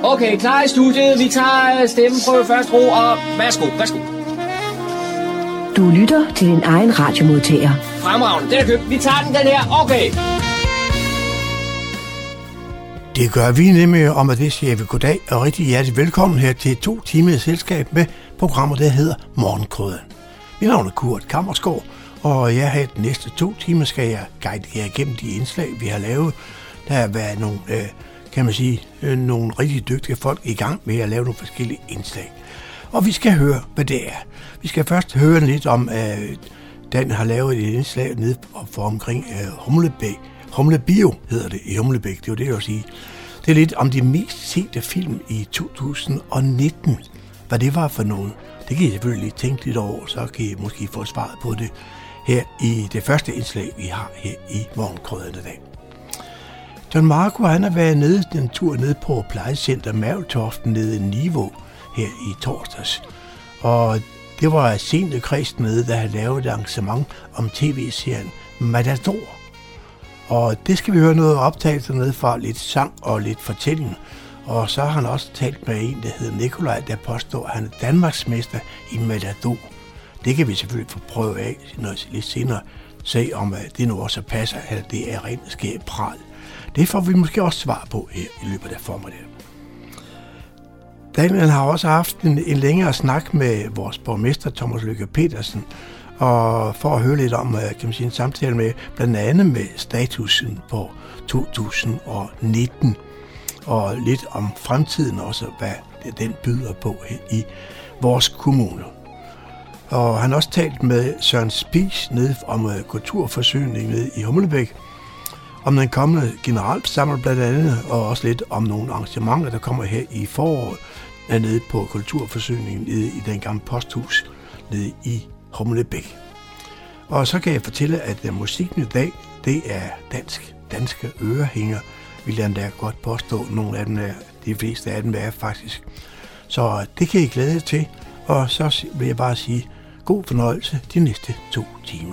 Okay, klar i studiet. Vi tager stemmeprøve først, ro, og værsgo. Du lytter til din egen radiomodtager. Fremragende, den er købt. Vi tager den her. Okay. Det gør vi nemlig, og med det siger vi goddag og rigtig hjertelig velkommen her til 2 timer selskab med programmet, der hedder Morgenkrøden. Mit navn er Kurt Kammersgaard, og jeg har de næste 2 timer skal jeg guide jer igennem de indslag, vi har lavet. Der har været nogle, nogle rigtig dygtige folk i gang med at lave nogle forskellige indslag. Og vi skal høre, hvad det er. Vi skal først høre lidt om, Dan har lavet et indslag nede for omkring Humlebæk. Humlebio hedder det i Humlebæk, det er jo det, jeg vil sige. Det er lidt om de mest sete film i 2019. Hvad det var for nogen, det kan I selvfølgelig tænke lidt over, så kan I måske få svaret på det her i det første indslag, vi har her i Morgenkrøden i dag. John Marco, han har været nede den tur ned på plejecenter Maveltoften nede i Niveau her i torsdags. Og det var sent kreds nede, der havde lavet et arrangement om tv-serien Matador. Og det skal vi høre noget optagelser ned fra, lidt sang og lidt fortælling. Og så har han også talt med en, der hedder Nikolaj, der påstår, at han er Danmarksmester i Matador. Det kan vi selvfølgelig få prøve af lidt senere, se om det nu også passer, eller det er rent skært pral. Det får vi måske også svar på her i løbet af formiddagen. Daniel har også haft en længere snak med vores borgmester Thomas Lykke Petersen, og for at høre lidt om, en samtale med, blandt andet med statusen på 2019, og lidt om fremtiden også, hvad den byder på i vores kommune. Og han har også talt med Søren Spies nede om kulturforsyning nede i Humlebæk, om den kommende generalforsamling blandt andet, og også lidt om nogle arrangementer, der kommer her i foråret, nede på kulturforsyningen nede i den gamle posthus nede i Humlebæk. Og så kan jeg fortælle, at musikken i dag, det er danske ørehænger, vil jeg endda godt påstå. Nogle af dem er, de fleste af dem er faktisk. Så det kan I glæde jer til, og så vil jeg bare sige god fornøjelse de næste 2 timer.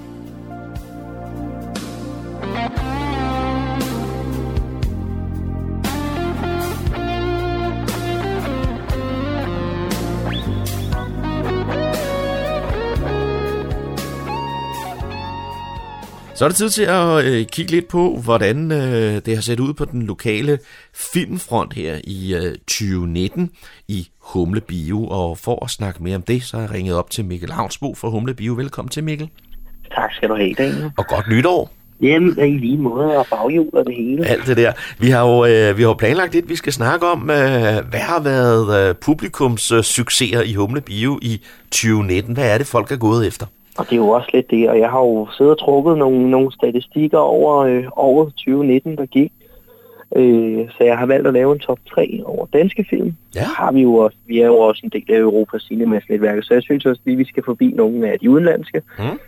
Så er det tid til at kigge lidt på, hvordan det har set ud på den lokale filmfront her i 2019 i Humle Bio. Og for at snakke mere om det, så har jeg ringet op til Mikkel Havnsbo fra Humle Bio. Velkommen til, Mikkel. Tak skal du have, Daniel. Og godt nytår. Jamen, i lige måde, og baghjul og det hele. Alt det der. Vi har jo planlagt lidt, vi skal snakke om, hvad har været publikums succeser i Humle Bio i 2019. Hvad er det, folk er gået efter? Og det er jo også lidt det, og jeg har jo siddet og trukket nogle statistikker over året 2019, der gik. Så jeg har valgt at lave en top 3 over danske film. Ja. Har vi er jo også en del af Europas Cinemax-netværket, så jeg synes også lige, vi skal forbi nogle af de udenlandske.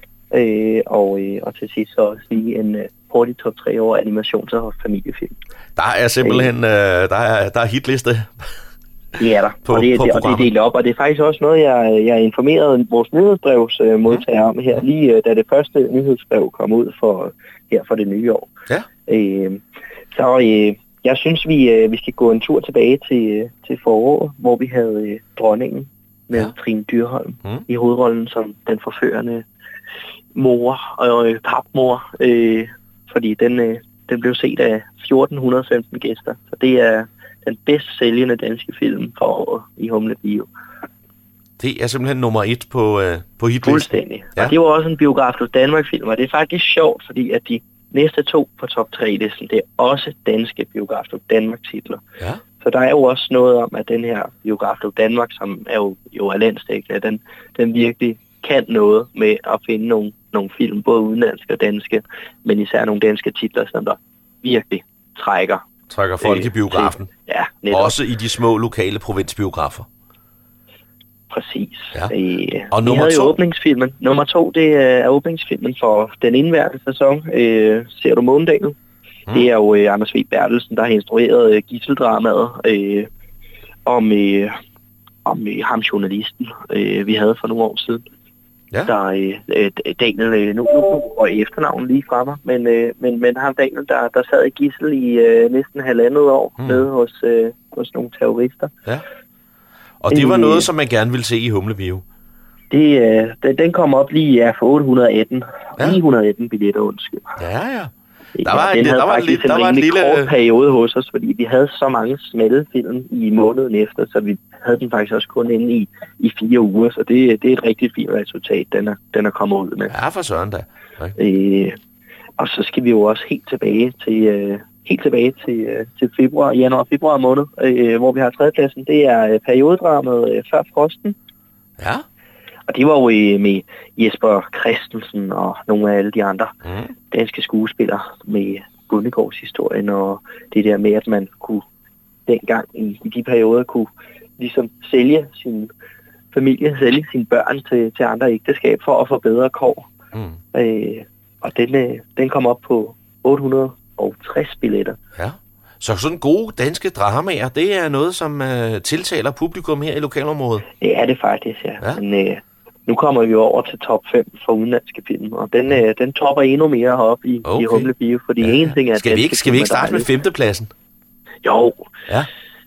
Og til sidst så også lige en hurtig top 3 over animations- og familiefilm. Der er simpelthen der er hitliste. Det er der, og det er delt op, og det er faktisk også noget, jeg informerede vores nyhedsbrevs modtager om her, lige da det første nyhedsbrev kom ud for det nye år. Ja. Jeg synes, vi skal gå en tur tilbage til foråret, hvor vi havde dronningen med Trine Dyrholm i hovedrollen som den forførende mor og papmor, fordi den blev set af 1415 gæster, så det er den bedst sælgende danske film for året i Humle Bio. Det er simpelthen nummer 1 på hitlisten. Fuldstændig. Ja. Og det var også en Biograf Klub Danmark-film, og det er faktisk sjovt, fordi at de næste 2 på top 3-listen, det er også danske Biograf Klub Danmark-titler. Ja. Så der er jo også noget om, at den her Biograf Klub Danmark, som er jo er landsdækkende, den virkelig kan noget med at finde nogle film, både udenlandske og danske, men især nogle danske titler, som der virkelig trækker folk i biografen. Ja, netop. Også i de små lokale provinsbiografer. Præcis. Ja. Og nummer 2? Åbningsfilmen. Nummer 2, det er åbningsfilmen for den indværende sæson. Ser du Månedalen? Det er jo Anders V. Bertelsen, der har instrueret gisseldramaet om ham journalisten, vi havde for nogle år siden. Ja. Der Daniel, nu og efternavn lige fra mig, men ham Daniel, der sad i gidsel i næsten 1,5 år nede hos nogle terrorister. Ja. Og det var noget, som man gerne ville se i Humlebio. Den kom op lige for 818. Ja. 918 billetter, undskyld. Ja. Der var en lille kort periode hos os, fordi vi havde så mange smalle film i måneden efter, så vi havde den faktisk også kun inde i 4 uger, så det er et rigtig fint resultat, den er kommet ud med. Ja, for søren da. Og så skal vi jo også helt tilbage til januar-februar måned, hvor vi har tredjepladsen. Det er periodedramaet Før frosten. Ja. Og det var jo med Jesper Christensen og nogle af alle de andre danske skuespillere med Bondegårdshistorien og det der med, at man kunne dengang i de perioder kunne ligesom sælge sin familie, sælge sine børn til andre ægteskab for at få bedre kår. Og den kom op på 860 billetter. Ja. Så sådan gode danske dramaer, det er noget, som tiltaler publikum her i lokalområdet? Det er det faktisk, ja. Men nu kommer vi over til top 5 for udenlandske film, og den topper endnu mere heroppe i Humlebio, fordi en ting er... Skal vi ikke starte med 5. pladsen? Jo. Ja.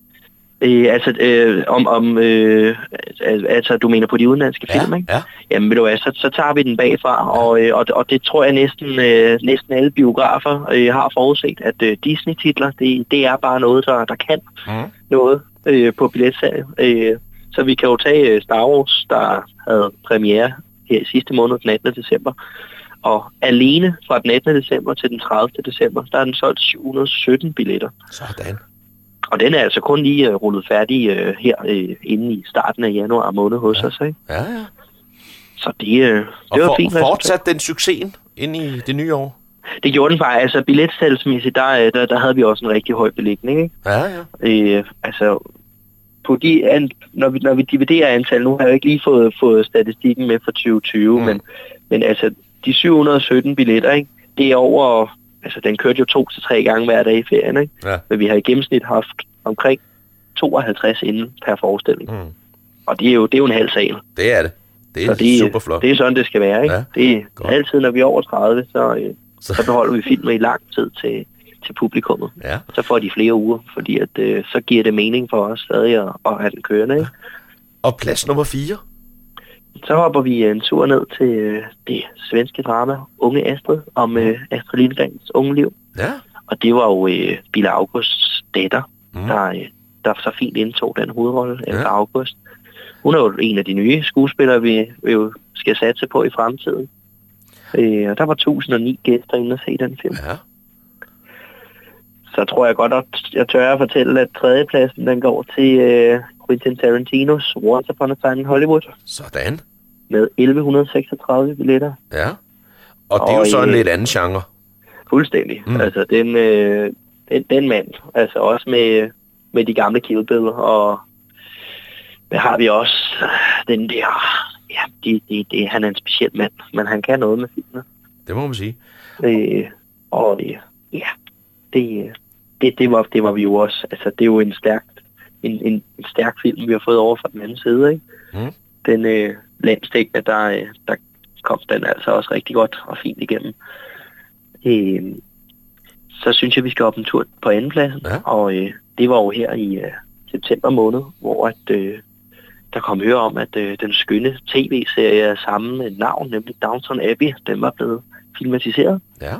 Altså, du mener på de udenlandske film, ikke? Ja. Jamen, ved du hvad, så tager vi den bagfra, og det tror jeg næsten alle biografer har forudset, at Disney-titler, det er bare noget, der kan noget på billetsalget. Så vi kan jo tage Star Wars, der havde premiere her i sidste måned, den 18. december. Og alene fra den 18. december til den 30. december, der er den solgt 717 billetter. Sådan. Og den er altså kun lige rullet færdig her inde i starten af januar måned hos os, ikke? Ja. Så det var fint. Og fortsat den succesen ind i det nye år? Det gjorde den bare. Altså billetsalgsmæssigt, der havde vi også en rigtig høj belægning, ikke? Ja. Altså... Når vi dividerer antal, nu har jeg ikke lige fået statistikken med for 2020, men altså de 717 billetter, ikke? Det er over, altså den kørte jo 2 til 3 gange hver dag i ferien, ikke? Ja. Men vi har i gennemsnit haft omkring 52 inden per forestilling. Og det er jo en halv sal. Det er det. Det er super flot. Det er sådan, det skal være, ikke? Ja, det er altid, når vi er over 30, så beholder vi filmen i lang tid til publikummet. Ja. Så får de flere uger, fordi at, så giver det mening for os stadig at have den kørende. Ikke? Og plads nummer 4? Så hopper vi en tur ned til det svenske drama Unge Astrid, om Astrid Lindgrens unge liv. Ja. Og det var jo Bille Augusts datter, der så fint indtog den hovedrolle, August. Hun er jo en af de nye skuespillere, vi jo skal satse på i fremtiden. Og der var 1009 gæster inde og se den film. Ja. Så tror jeg godt, at jeg tør at fortælle, at tredjepladsen den går til Quentin Tarantinos Once Upon a Time in Hollywood. Sådan. Med 1136 billetter. Ja. Og det er jo så en lidt anden genre. Fuldstændig. Altså den mand, altså også med de gamle Kill Bill, og hvad har vi også den der, ja, han er en speciel mand, men han kan noget med filmene. Det må man sige. Det var vi jo også. Altså, det er jo en stærk film, vi har fået over fra den anden side, ikke? Den landstækkende, der kom den altså også rigtig godt og fint igennem. Så synes jeg, vi skal op en tur på andenpladsen, og det var jo her i september måned, hvor der kom høre om, at den skønne tv-serie af samme navn, nemlig Downton Abbey, den var blevet filmatiseret. Ja.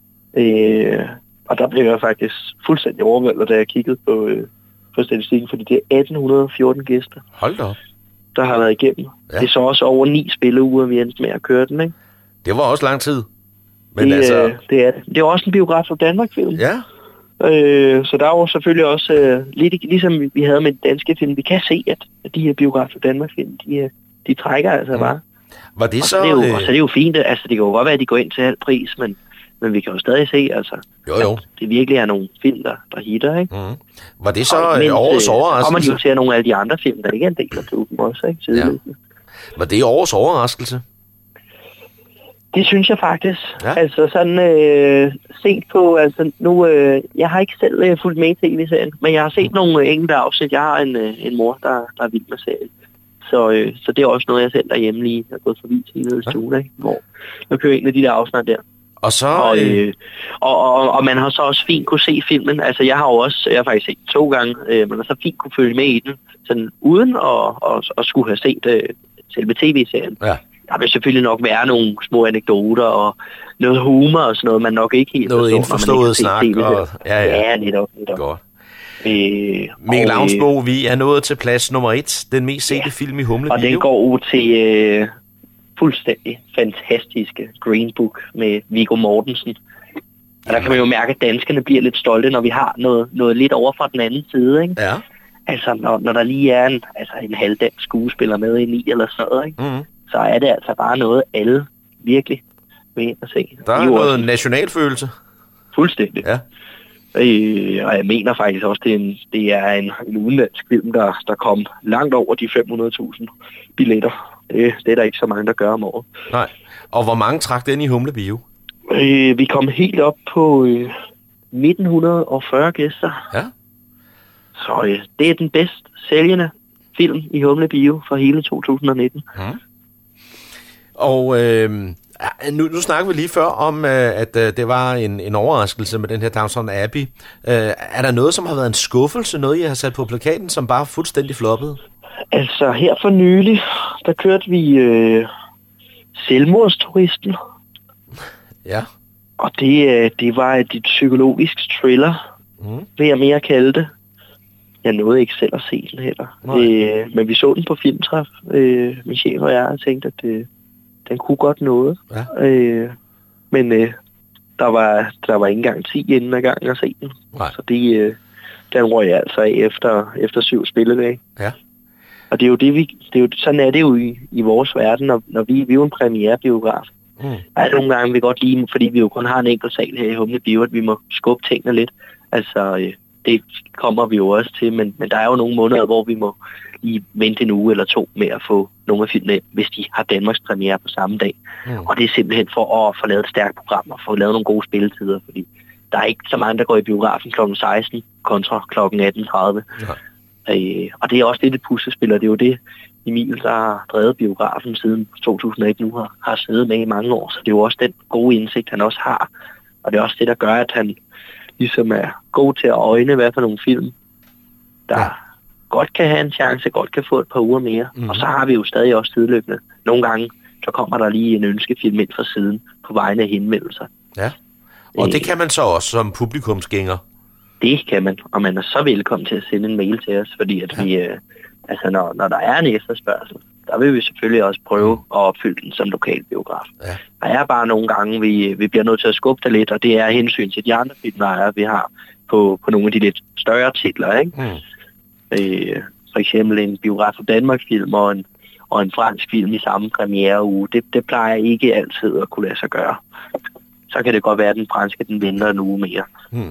Og der blev jeg faktisk fuldstændig overvældet, da jeg kiggede på statistikken, fordi det er 1814 gæster. Hold da op. Der har været igennem. Ja. Det er så også over 9 spilleuger, vi endte med at køre den, ikke? Det var også lang tid. Men det er også en biograf for Danmark-film. Ja. Så der er jo selvfølgelig også, ligesom vi havde med danske film, vi kan se, at de her biograf for Danmark-film, de trækker altså bare. Var det så... Og så er det jo fint, altså det kan jo godt være, at de går ind til halv pris, men vi kan jo stadig se, altså, jo. det virkelig er nogle film, der hitter, ikke? Var det så årets overraskelse? Og man jo til nogle af de andre film, der ikke er en del af klubben også, ikke? Ja. Var det årets overraskelse? Det synes jeg faktisk. Ja. Altså sådan set på, altså nu, jeg har ikke selv fulgt med i tv-serien, men jeg har set nogle enkelte afsnit. Jeg har en mor, der er vild med serien. Så det er også noget, jeg selv derhjemme lige har gået forbi til i stuen, ikke? Hvor jeg kører en af de der afsnit der. Og så... Og man har så også fint kunne se filmen. Altså, jeg har faktisk set 2 gange, men har så fint kunne følge med i den, sådan uden at skulle have set selve tv-serien. Ja. Der vil selvfølgelig nok være nogle små anekdoter og noget humor og sådan noget, man nok ikke helt noget indforstået snak. Ja, netop. Godt. Mikkel Lavnsbo, vi er nået til plads nummer 1, den mest sete film i Humle Bio. Og den går ud til fuldstændig fantastiske Green Book med Viggo Mortensen. Og der kan man jo mærke, at danskerne bliver lidt stolte, når vi har noget lidt over fra den anden side, ikke? Ja. Altså, når der lige er en halvdansk skuespiller med ind i eller sådan noget, ikke? Mm. Så er det altså bare noget, alle virkelig vil ind og se. Der er noget nationalfølelse. Fuldstændig. Ja. Og jeg mener faktisk også, det er en udenlandsk film, der kom langt over de 500.000 billetter. Det er der ikke så mange, der gør om året. Nej. Og hvor mange trak den i Humle Bio? Vi kom helt op på 1940 gæster. Ja. Så det er den bedst sælgende film i Humle Bio for hele 2019. Hmm. Og nu snakker vi lige før om, at det var en overraskelse med den her Downton Abbey. Er der noget, som har været en skuffelse, noget I har sat på plakaten, som bare fuldstændig floppede? Altså her for nylig, der kørte vi Selvmordsturisten. Ja. Og det var et psykologisk thriller, vil jeg mere kalde det. Jeg nåede ikke selv at se den heller. Men vi så den på filmtræf, min chef og jeg, og tænkte, at den kunne godt noget. Ja. Men der var ikke engang 10 inden ad gangen at se den. Nej. Så den røg jeg altså af efter 7 spilledage. Ja. Og det er jo sådan er det jo i vores verden, når vi er jo en premierebiograf. Altså nogle gange vi godt lide, fordi vi jo kun har en enkelt sal her i Humle Bio, at vi må skubbe tingene lidt. Altså det kommer vi jo også til, men der er jo nogle måneder, hvor vi må lige vente en uge eller 2 med at få nogle af filmene, hvis de har Danmarks premiere på samme dag. Og det er simpelthen for at få lavet et stærkt program og få lavet nogle gode spilletider, fordi der er ikke så mange, der går i biografen kl. 16 kontra kl. 18.30. Ja. Og det er også lidt et puslespil, og det er jo det, Emil, der har drevet biografen siden 2001 nu, har siddet med i mange år. Så det er jo også den gode indsigt, han også har. Og det er også det, der gør, at han ligesom er god til at øjne, hvad for nogle film, der godt kan have en chance, godt kan få et par uger mere. Og så har vi jo stadig også sideløbende. Nogle gange, så kommer der lige en ønskefilm ind fra siden på vegne af henvendelser. Ja, og det kan man så også som publikumsgænger. Det kan man, og man er så velkommen til at sende en mail til os, fordi at vi, når der er en efterspørgsel, der vil vi selvfølgelig også prøve at opfylde den som lokalbiograf. Ja. Der er bare nogle gange, vi bliver nødt til at skubbe det lidt, og det er hensyn til de andre filmer, vi har på nogle af de lidt større titler, ikke? For eksempel en Biograf for Danmark-film og en fransk film i samme premiereuge. Det plejer ikke altid at kunne lade sig gøre. Så kan det godt være, at den franske den venter en uge mere.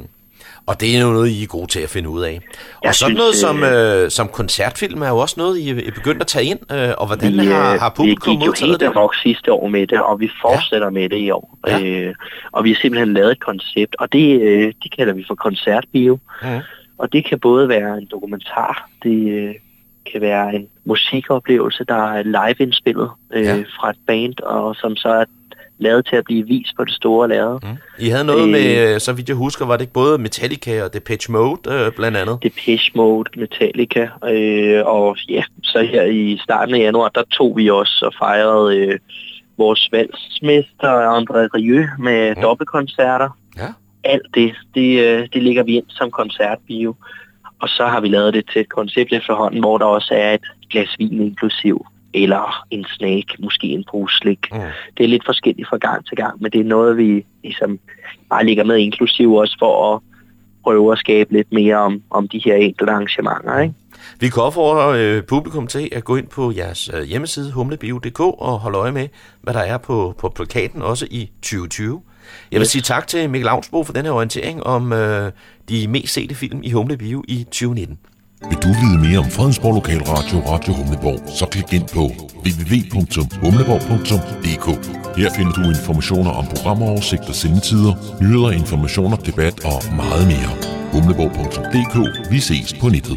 Og det er jo noget, I er gode til at finde ud af. Og sådan noget som koncertfilm er jo også noget, I er begyndt at tage ind. Og hvordan har publikum modtaget det? Vi gik jo helt nok sidste år med det, og vi fortsætter med det i år. Ja. Og vi har simpelthen lavet et koncept, og det kalder vi for koncertbio. Og det kan både være en dokumentar, det kan være en musikoplevelse, der er live-indspillet fra et band, og som så er lavet til at blive vist på det store lærred. I havde noget med, så vidt jeg husker, var det ikke både Metallica og Depeche Mode blandt andet? Depeche Mode, Metallica, og ja, så her i starten af januar, der tog vi også og fejrede vores valsmester André Rieu med dobbeltkoncerter. Ja. Alt det ligger vi ind som koncertbio. Og så har vi lavet det til et koncept efterhånden, hvor der også er et glas vin inklusiv, eller en snack, måske en pose slik. Det er lidt forskelligt fra gang til gang, men det er noget, vi ligesom bare ligger med inklusiv også for at prøve at skabe lidt mere om de her enkelte arrangementer, ikke? Vi kan opfordre publikum til at gå ind på jeres hjemmeside humlebio.dk og holde øje med, hvad der er på plakaten også i 2020. Jeg vil sige tak til Mikkel Lavnsbo for denne orientering om de mest sete film i Humle Bio i 2019. Vil du vide mere om Fredensborg Lokalradio Radio Humleborg, så klik ind på www.humleborg.dk. Her finder du informationer om programoversigter, sendetider, nyheder, informationer, debat og meget mere. Humleborg.dk. Vi ses på nettet.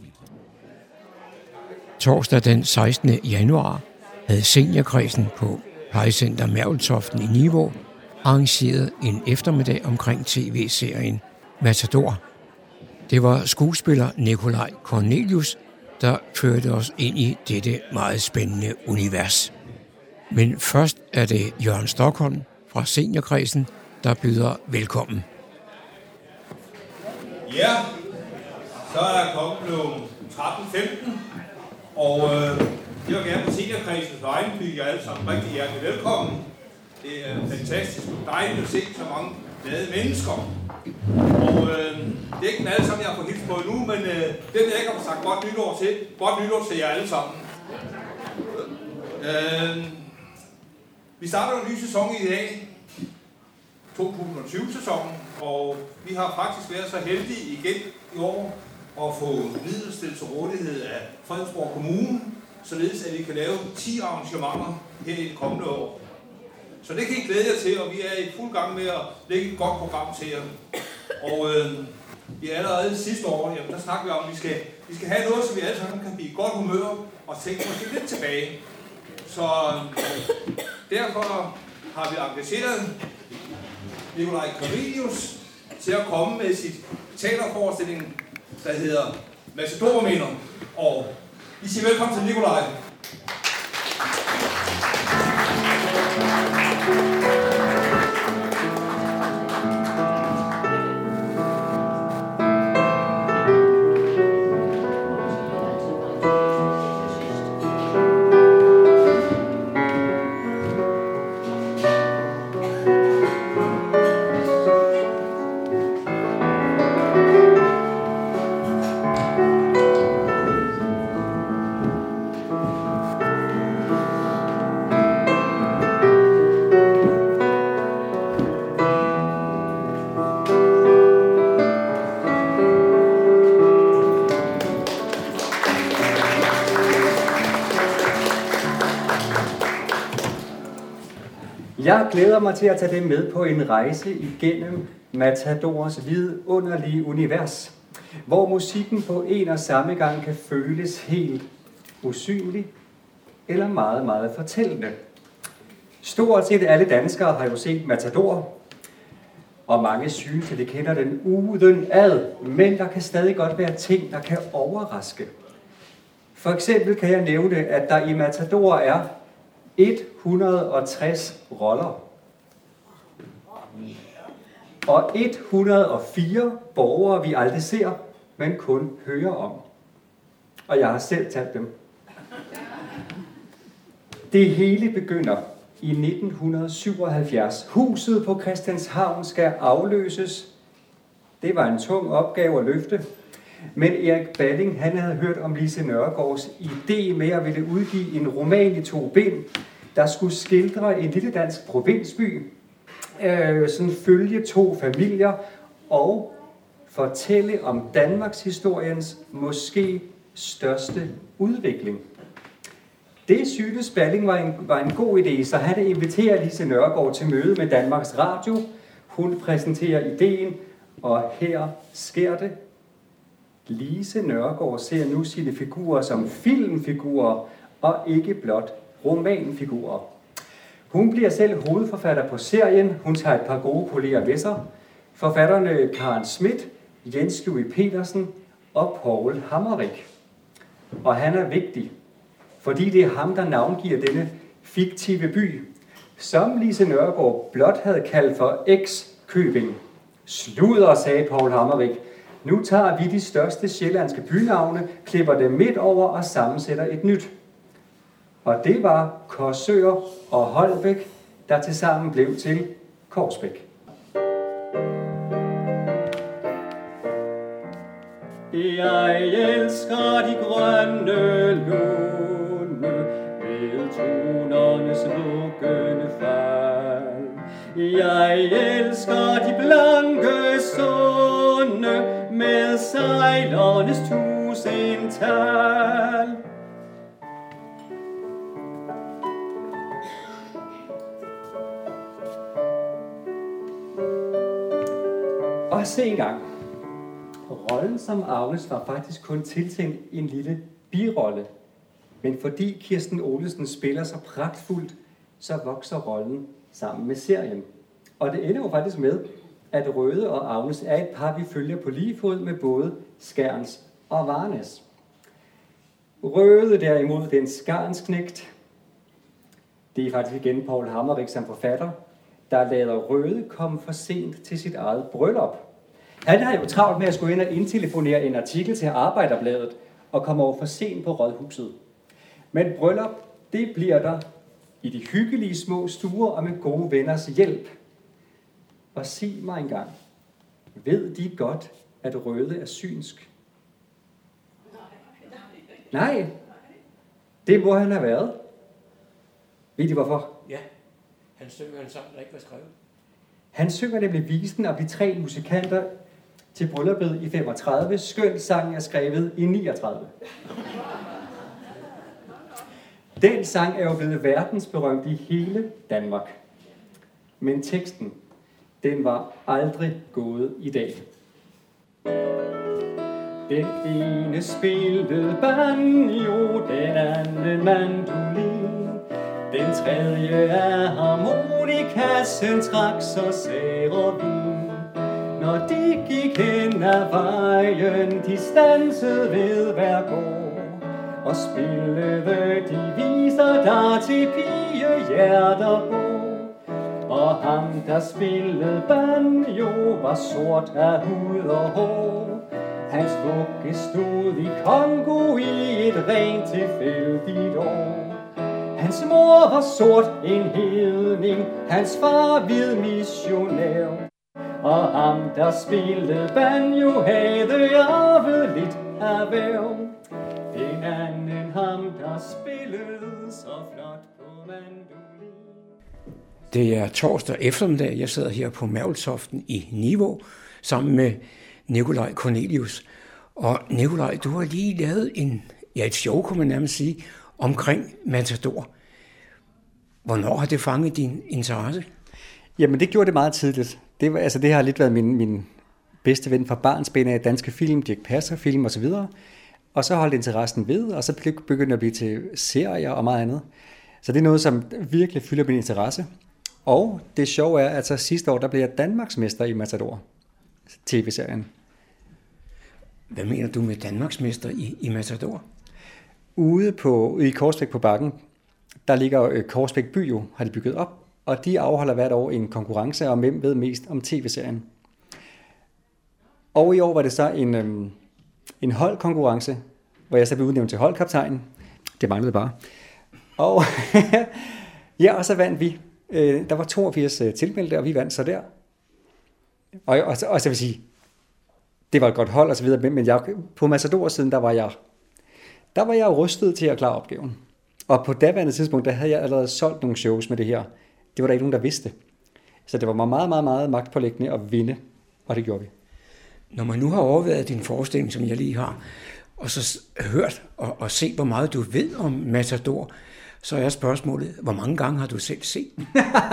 Torsdag den 16. januar havde seniorkredsen på plejecenter Mærveltoften i Nivå arrangerede en eftermiddag omkring tv-serien Matador. Det var skuespiller Nikolaj Cornelius, der førte os ind i dette meget spændende univers. Men først er det Jørgen Stockholm fra Seniorkredsen, der byder velkommen. Ja, så er klokken blevet 13.15, og jeg vil gerne på Seniorkredsens vegne byde jer alle sammen rigtig hjertelig velkommen. Det er fantastisk og dejligt at se så mange glade mennesker. Og det er ikke den alle sammen, jeg har fået hilst på endnu, men den jeg ikke har sagt godt nytår til. Godt nytår til jer alle sammen. Vi starter en ny sæson i dag, 2020-sæsonen, og vi har faktisk været så heldige igen i år at få midler stillet til rådighed af Fredensborg Kommune, således at vi kan lave 10 arrangementer her i det kommende år. Så det kan I glæde jer til, og vi er i fuld gang med at lægge et godt program til jer. Og vi allerede sidste år, jamen, der snakker vi om, at vi skal have noget, så vi alle sammen kan blive i godt humør og tænke måske lidt tilbage. Så derfor har vi engageret Nikolaj Cornelius til at komme med sit teaterforestilling, der hedder Matador-minder. Og vi siger velkommen til Nikolaj. Jeg glæder mig til at tage dem med på en rejse igennem Matadors vidunderlige univers, hvor musikken på en og samme gang kan føles helt usynlig eller meget, meget fortællende. Stort set alle danskere har jo set Matador, og mange synes, at de kender den udenad, men der kan stadig godt være ting, der kan overraske. For eksempel kan jeg nævne, at der i Matador er 160 roller og 104 borgere, vi aldrig ser, men kun hører om. Og jeg har selv talt dem. Det hele begynder i 1977. Huset på Christianshavn skal afløses. Det var en tung opgave at løfte. Men Erik Balling, han havde hørt om Lise Nørgaards idé med at ville udgive en roman i 2 bind, der skulle skildre en lille dansk provinsby, sådan følge 2 familier og fortælle om Danmarks historiens måske største udvikling. Det syntes Balling var en god idé, så han inviterer Lise Nørgaard til møde med Danmarks Radio. Hun præsenterer ideen, og her sker det. Lise Nørgaard ser nu sine figurer som filmfigurer og ikke blot romanfigurer. Hun bliver selv hovedforfatter på serien. Hun tager et par gode kolleger med sig. Forfatterne Karen Schmidt, Jens Louis Petersen og Poul Hammerich. Og han er vigtig, fordi det er ham, der navngiver denne fiktive by, som Lise Nørgaard blot havde kaldt for X-Købing. Sludder, sagde Poul Hammerich. Nu tager vi de største sjællandske bynavne, klipper dem midt over og sammensætter et nyt. Og det var Korsør og Holbæk, der tilsammen blev til Korsbæk. Jeg elsker de grønne lunde ved tonernes vuggende fald. Jeg elsker de blanke sunde med sejlernes tusindtal. Og se engang. Rollen som Agnes var faktisk kun tiltænkt en lille birolle. Men fordi Kirsten Olesen spiller så pragtfuldt, så vokser rollen sammen med serien. Og det ender jo faktisk med, at Røde og Agnes er et par, vi følger på lige fod med både Skærns og Varnes. Røde derimod, den Skærnsknægt. Det er faktisk igen Paul Hammerich som forfatter, der lader Røde komme for sent til sit eget bryllup. Han har jo travlt med at skulle ind og indtelefonere en artikel til Arbejderbladet og komme over for sent på rådhuset. Men bryllup, det bliver der i de hyggelige små stuer og med gode venners hjælp. Og sig mig engang, ved de godt, at Røde er synsk? Nej, det må han have været. Ved I hvorfor? Ja, han synger en sang, der ikke var skrevet. Han synger nemlig visen om de 3 musikanter til brylluppet i 35, skønt sangen er skrevet i 39. Den sang er jo blevet verdensberømt i hele Danmark. Men teksten, den var aldrig gået i dag. Den ene spillede banjo, den anden mandolin. Den tredje af harmonikassen trak så sære vin. Når de gik hen ad vejen, de stansede ved hver gård. Og spillede de viser, der til pigehjerter går. Og ham, der spillede banjo, var sort af hud og hår. Hans vugge stod i Kongo i et rent tilfældigt år. Hans mor var sort, en hedning, hans far hvid missionær. Og ham, der spillede banjo, havde arvet lidt af hver. Den anden ham, der spillede så flot på mandolin. Det er torsdag eftermiddag. Jeg sidder her på Mærveltoften i Nivå sammen med Nikolaj Cornelius. Og Nikolaj, du har lige lavet et show, kunne man nærmest sige, omkring Matador. Hvornår har det fanget din interesse? Jamen, det gjorde det meget tidligt. Det har lidt været min bedste ven fra barnsben af danske film, Dirch Passer-film osv. Og så holdt interessen ved, og så begyndte det at blive til serier og meget andet. Så det er noget, som virkelig fylder min interesse. Og det sjove er, at så sidste år, der blev jeg Danmarksmester i Matador, tv-serien. Hvad mener du med Danmarksmester i Matador? Ude i Korsbæk på Bakken, der ligger Korsbæk by jo, har de bygget op, og de afholder hvert år en konkurrence om hvem ved mest om tv-serien. Og i år var det så en holdkonkurrence, hvor jeg så blev udnævnt til holdkaptajn. Det manglede bare. Og ja, og så vandt vi. Der var 82 tilmeldte, og vi vandt så der. Og så vil sige, det var et godt hold og så videre, men på Matador-siden, der var jeg rystet til at klare opgaven. Og på daværende tidspunkt, der havde jeg allerede solgt nogle shows med det her. Det var der ikke nogen, der vidste. Så det var meget, meget, meget magtpåliggende at vinde, og det gjorde vi. Når man nu har overvejet din forestilling, som jeg lige har, og så hørt og set, hvor meget du ved om Matador, så er spørgsmålet, hvor mange gange har du selv set den?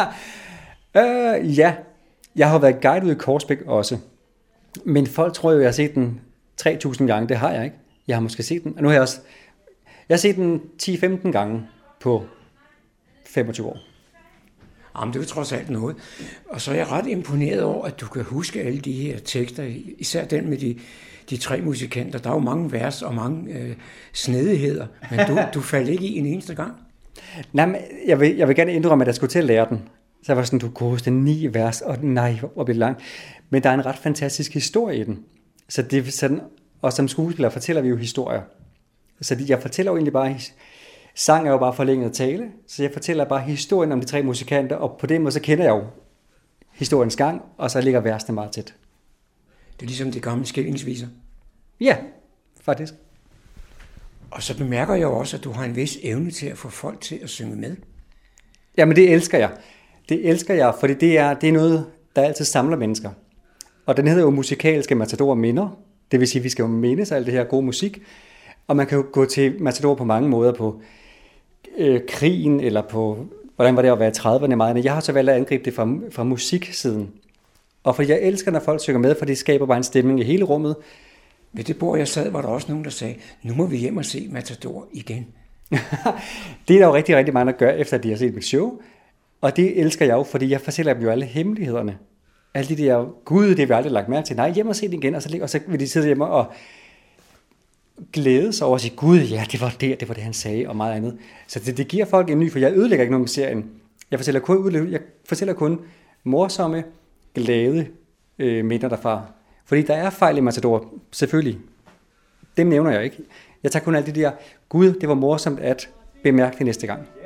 Ja, jeg har været guide ude i Korsbæk også. Men folk tror jo, jeg har set den 3.000 gange. Det har jeg ikke. Jeg har måske set den. Og nu har jeg har set den 10-15 gange på 25 år. Jamen, det er jo trods alt noget. Og så er jeg ret imponeret over, at du kan huske alle de her tekster, især den med de 3 musikanter. Der er jo mange vers og mange snedigheder, men du faldt ikke i en eneste gang. Nej, men jeg vil gerne indrømme, at jeg skulle til at lære den. Så jeg var sådan, du kunne huske 9 vers, og nej, hvor blev det langt. Men der er en ret fantastisk historie i den. Så det er sådan, og som skuespiller fortæller vi jo historier. Så jeg fortæller jo egentlig bare, sang er jo bare forlænget tale, så jeg fortæller bare historien om de 3 musikanter, og på den måde så kender jeg jo historiens gang, og så ligger versene meget tæt. Det er ligesom det gamle skillingsviser. Ja, faktisk. Og så bemærker jeg også, at du har en vis evne til at få folk til at synge med. Jamen det elsker jeg. Det elsker jeg, fordi det er noget, der altid samler mennesker. Og den hedder jo musikalske Matador minder. Det vil sige, at vi skal jo mindes alt det her gode musik. Og man kan jo gå til Matador på mange måder, på krigen, eller på, hvordan var det at være i 30'erne meget. Jeg har så valgt at angribe det fra musiksiden. Og fordi jeg elsker, når folk synger med, for det skaber bare en stemning i hele rummet. Ved det bord, jeg sad, var der også nogen, der sagde, nu må vi hjem og se Matador igen. Det er der jo rigtig, rigtig mange, der gør, efter at de har set mit show. Og det elsker jeg jo, fordi jeg fortæller dem jo alle hemmelighederne. Alle de der, gud, det har vi aldrig lagt mærke til. Nej, hjem og se det igen, og så vil de sidde hjemme og glæde sig over at sige, gud, ja, det var det, han sagde, og meget andet. Så det giver folk en ny, for jeg ødelægger ikke noget med serien. Jeg fortæller kun morsomme, glade minder derfra. Fordi der er fejl i Matador, selvfølgelig. Dem nævner jeg ikke. Jeg tager kun alt det der, gud, det var morsomt at bemærke det næste gang.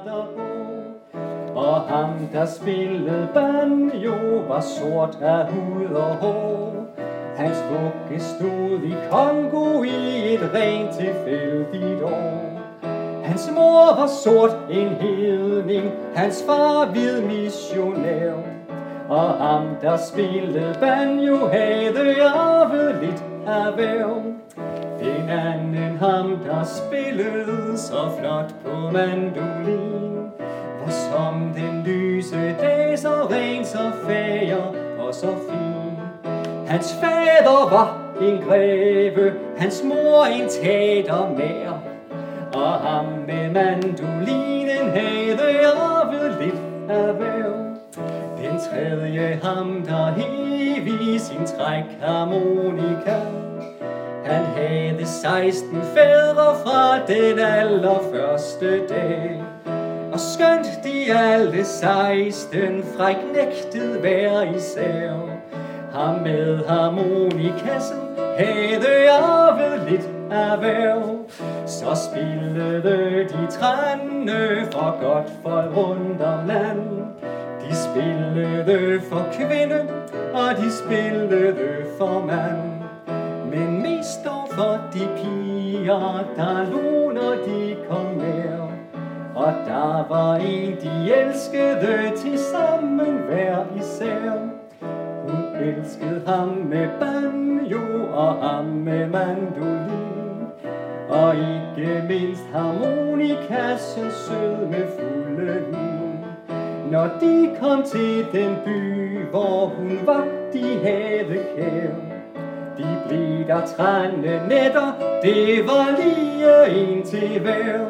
Og ham, der spillede banjo, var sort af hud og hår. Hans vugge stod i Kongo i et rent tilfældigt år. Hans mor var sort, en hedning, hans far hvid missionær. Og ham, der spillede banjo, havde arvet lidt af hver. Den anden ham, der spillede så flot på mandolin, var som den lyse dag, så ren, så fager og så fin. Hans fader var en greve, hans mor en tatermær. Og ham med mandolinen havde arvet lidt af hver. Den tredje ham, der hev i sin trækharmonika. Han havde 16 fædre fra den allerførste dag. Og skønt de alle 16 fræknægtet hver især, ham med harmonikassen havde arvet lidt af hver. Så spillede de trænde for godt folk rundt om land. De spillede for kvinde, og de spillede for mand. Men mest dog for de piger, der lå, når de kom nær. Og der var en, de elskede til sammen hver især. Hun elskede ham med banjo og ham med mandolin. Og ikke mindst harmonikassen sød med fulde lin. Når de kom til den by, hvor hun var, de havde kær. De blev der trænde nætter, det var lige en til hver.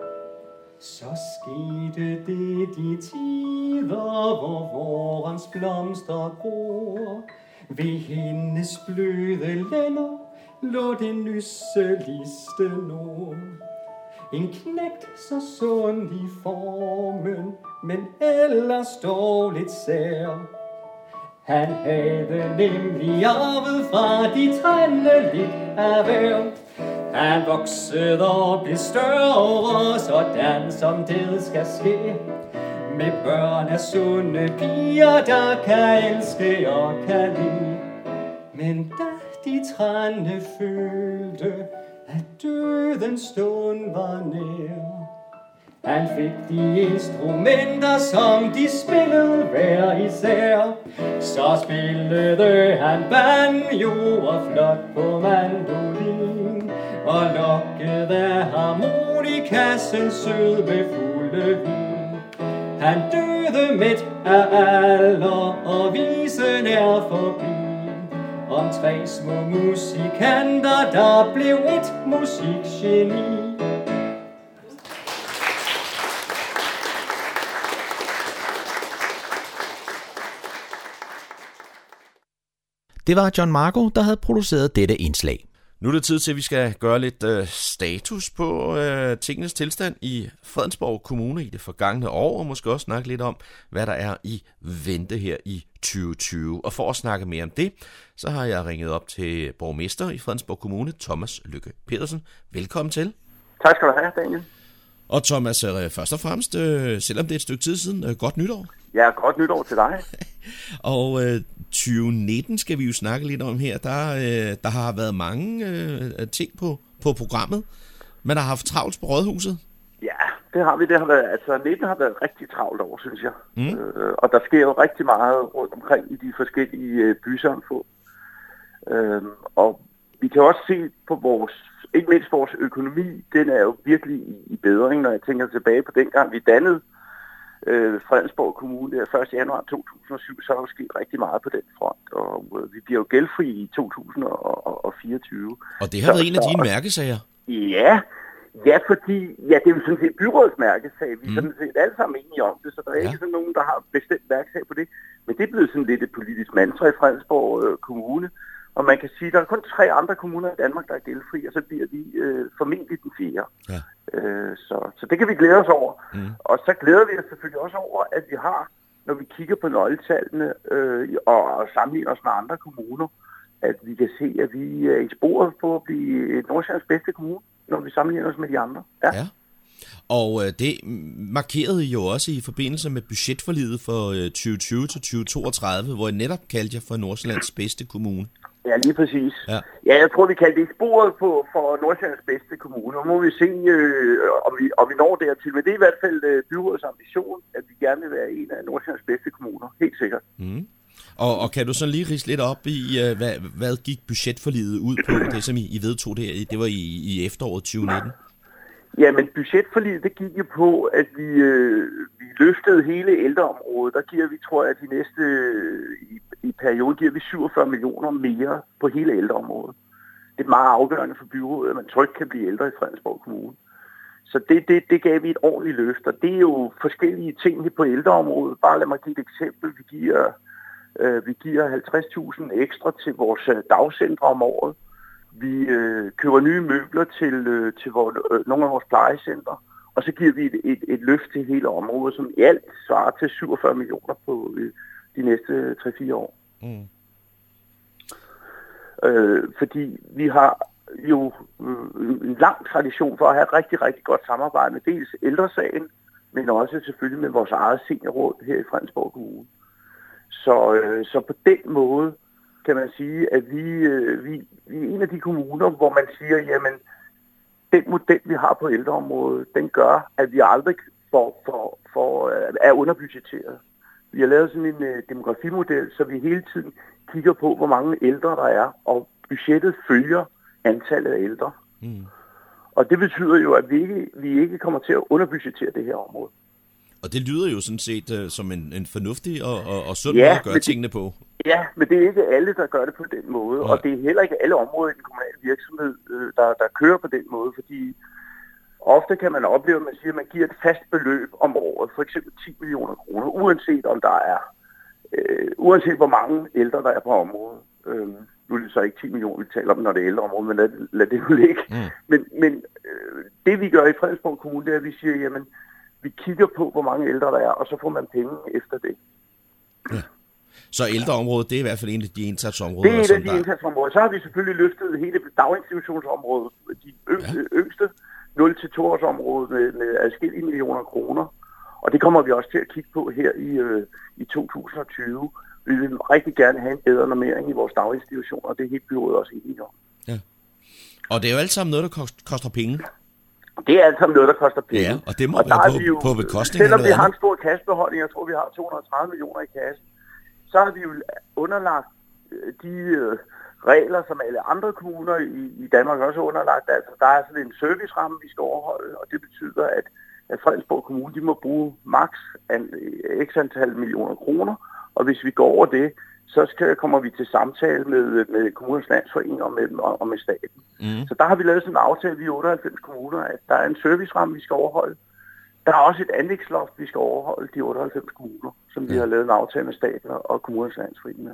Så skete det de tider, hvor vårens blomster gror. Ved hendes bløde lænder lå det nysseligste nord. En knægt så sund i formen, men ellers dårligt sær. Han havde nemlig arvet fra de trænde lidt af hver. Han voksede og blev større, sådan som det skal ske. Med børn af sunde piger, der kan elske og kan lide. Men da de trænde følte, at dødens stund var nær, han fik de instrumenter, som de spillede hver især. Så spillede han banjo og flot på mandolin, og lokkede harmonikassen sød med fulde vin. Han døde midt af alder, og visen er forbi. Om 3 små musikanter, der blev et musikgeni. Det var John Marco, der havde produceret dette indslag. Nu er det tid til, at vi skal gøre lidt status på tingenes tilstand i Fredensborg Kommune i det forgangne år, og måske også snakke lidt om, hvad der er i vente her i 2020. Og for at snakke mere om det, så har jeg ringet op til borgmester i Fredensborg Kommune, Thomas Lykke Pedersen. Velkommen til. Tak skal du have, Daniel. Og Thomas, først og fremmest, selvom det er et stykke tid siden, godt nytår. Ja, godt nytår til dig. Og 2019 skal vi jo snakke lidt om her. Der har været mange ting på programmet. Man har haft travlt på Rådhuset. Ja, det har vi. Det har været, 19 har været rigtig travlt år, synes jeg. Og der sker jo rigtig meget rundt omkring i de forskellige bysamfund. Og vi kan også se på ikke mindst vores økonomi, den er jo virkelig i bedring, når jeg tænker tilbage på dengang vi dannede Fredensborg Kommune 1. januar 2007, så er der sket rigtig meget på den front, og vi bliver jo gældfri i 2024. Og det har været en af dine mærkesager. Ja, fordi det er jo sådan set byrådets mærkesag. Vi er sådan set alle sammen enige om det, så der er ikke sådan nogen, der har bestemt mærkesag på det. Men det er blevet sådan lidt et politisk mantra i Fredensborg Kommune. Og man kan sige, at der er kun 3 andre kommuner i Danmark, der er gældfri, og så bliver de formentlig den 4. Ja. Så det kan vi glæde os over. Og så glæder vi os selvfølgelig også over, at vi har, når vi kigger på nøgletallene og sammenligner os med andre kommuner, at vi kan se, at vi er i sporet på at blive Nordsjællands bedste kommune, når vi sammenligner os med de andre. Ja. Og det markerede jo også i forbindelse med budgetforliget for 2020 til 2032, hvor jeg netop kaldte jer for Nordsjællands bedste kommune. Ja, lige præcis. Ja, jeg tror, vi kaldte det sporet for Nordsjællands bedste kommune. Nu må vi se, om vi når dertil. Men det er i hvert fald byrådets ambition, at vi gerne vil være en af Nordsjællands bedste kommuner. Helt sikkert. Og kan du så lige ridse lidt op i, hvad gik budgetforliget ud på? Det, som I vedtog det var i efteråret 2019? Ja, men budgetforliget, det gik jo på, at vi løftede hele ældreområdet. Der giver vi, tror jeg, de næste i perioden giver vi 47 millioner mere på hele ældreområdet. Det er meget afgørende for byrådet, at man trygt kan blive ældre i Fredensborg Kommune. Så det gav vi et ordentligt løft, og det er jo forskellige ting på ældreområdet. Bare lad mig give et eksempel. Vi giver 50.000 ekstra til vores dagcentre om året. Vi køber nye møbler til nogle af vores plejecentre, og så giver vi et løft til hele området, som i alt svarer til 47 millioner på de næste 3-4 år. Fordi vi har jo en lang tradition for at have rigtig, rigtig godt samarbejde med dels Ældresagen, men også selvfølgelig med vores eget seniorråd her i Fredensborg Kommune. Så på den måde kan man sige, at vi er en af de kommuner, hvor man siger, jamen, den model, vi har på ældreområdet, den gør, at vi aldrig er underbudgetteret. Vi har lavet sådan en demografimodel, så vi hele tiden kigger på, hvor mange ældre der er, og budgettet følger antallet af ældre. Og det betyder jo, at vi ikke kommer til at underbudgettere det her område. Og det lyder jo sådan set som en fornuftig og sund måde at gøre tingene på. Ja, men det er ikke alle, der gør det på den måde, og det er heller ikke alle områder i den kommunale virksomhed, der kører på den måde, fordi ofte kan man opleve, at man siger, at man giver et fast beløb om året, for eksempel 10 millioner kroner, uanset hvor mange ældre der er på området. Nu er det så ikke 10 millioner, vi taler om, når det er ældreområdet, men lad det jo ligge. Men det vi gør i Fredensborg Kommune, det er, at vi siger, jamen, vi kigger på, hvor mange ældre der er, og så får man penge efter det. Ja. Så ældreområdet, det er i hvert fald en af de indsatsområder. Det er en af de indsatsområder. Så har vi selvfølgelig løftet hele daginstitutionsområdet, de yngste 0-2-årsområdet med adskillige millioner kroner. Og det kommer vi også til at kigge på her i 2020. Vi vil rigtig gerne have en bedre normering i vores daginstitutioner, og det er helt byrådet også enige om. Ja. Og det er jo alt sammen noget, der koster penge. Det er alt sammen noget, der koster penge. Ja, og det må være på bekostning af selvom vi har en stor kassebeholdning, jeg tror, vi har 230 millioner i kassen, så har vi jo underlagt de regler, som alle andre kommuner i Danmark også er underlagt. Altså, der er sådan en serviceramme, vi skal overholde, og det betyder, at Fredensborg Kommune, de må bruge maks x antal millioner kroner, og hvis vi går over det, så kommer vi til samtale med Kommunernes Landsforening og med staten. Så der har vi lavet sådan en aftale i 98 kommuner, at der er en serviceramme, vi skal overholde. Der er også et anlægsloft, vi skal overholde, de 98 kommuner, som vi har lavet en aftale med staten og Kommunernes Landsforening.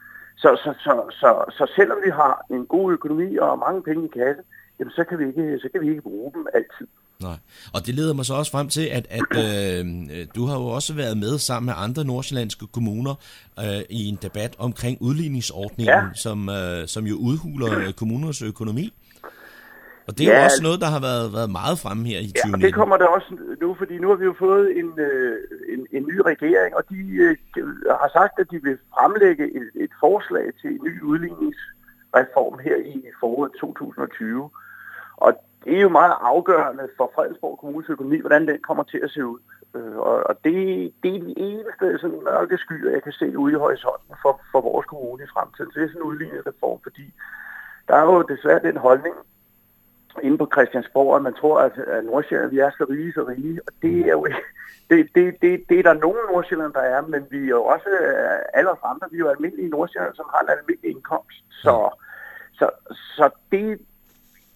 Så selvom vi har en god økonomi og mange penge i kassen, jamen så kan vi ikke bruge dem altid. Nej. Og det leder mig så også frem til, at du har jo også været med sammen med andre nordsjællandske kommuner i en debat omkring udligningsordningen, som jo udhuler kommuners økonomi. Og det er jo også noget, der har været meget fremme her i 2019. Ja, og det kommer der også nu, fordi nu har vi jo fået en ny regering, og de har sagt, at de vil fremlægge et forslag til en ny udligningsreform her i foråret 2020. Og det er jo meget afgørende for Fredensborg Kommunes økonomi, hvordan den kommer til at se ud. Og det er de eneste sådan mørke skyer, jeg kan se ude i horisonten for vores kommune i fremtiden. Så det er sådan en udligningsreform, fordi der er jo desværre den holdning inde på Christiansborg, at man tror, at Nordsjælland, vi er så rige, og det er jo det er der nogle Nordsjælland, der er, men vi er jo også alle os andre, vi er jo almindelige Nordsjælland, som har en almindelig indkomst. Så det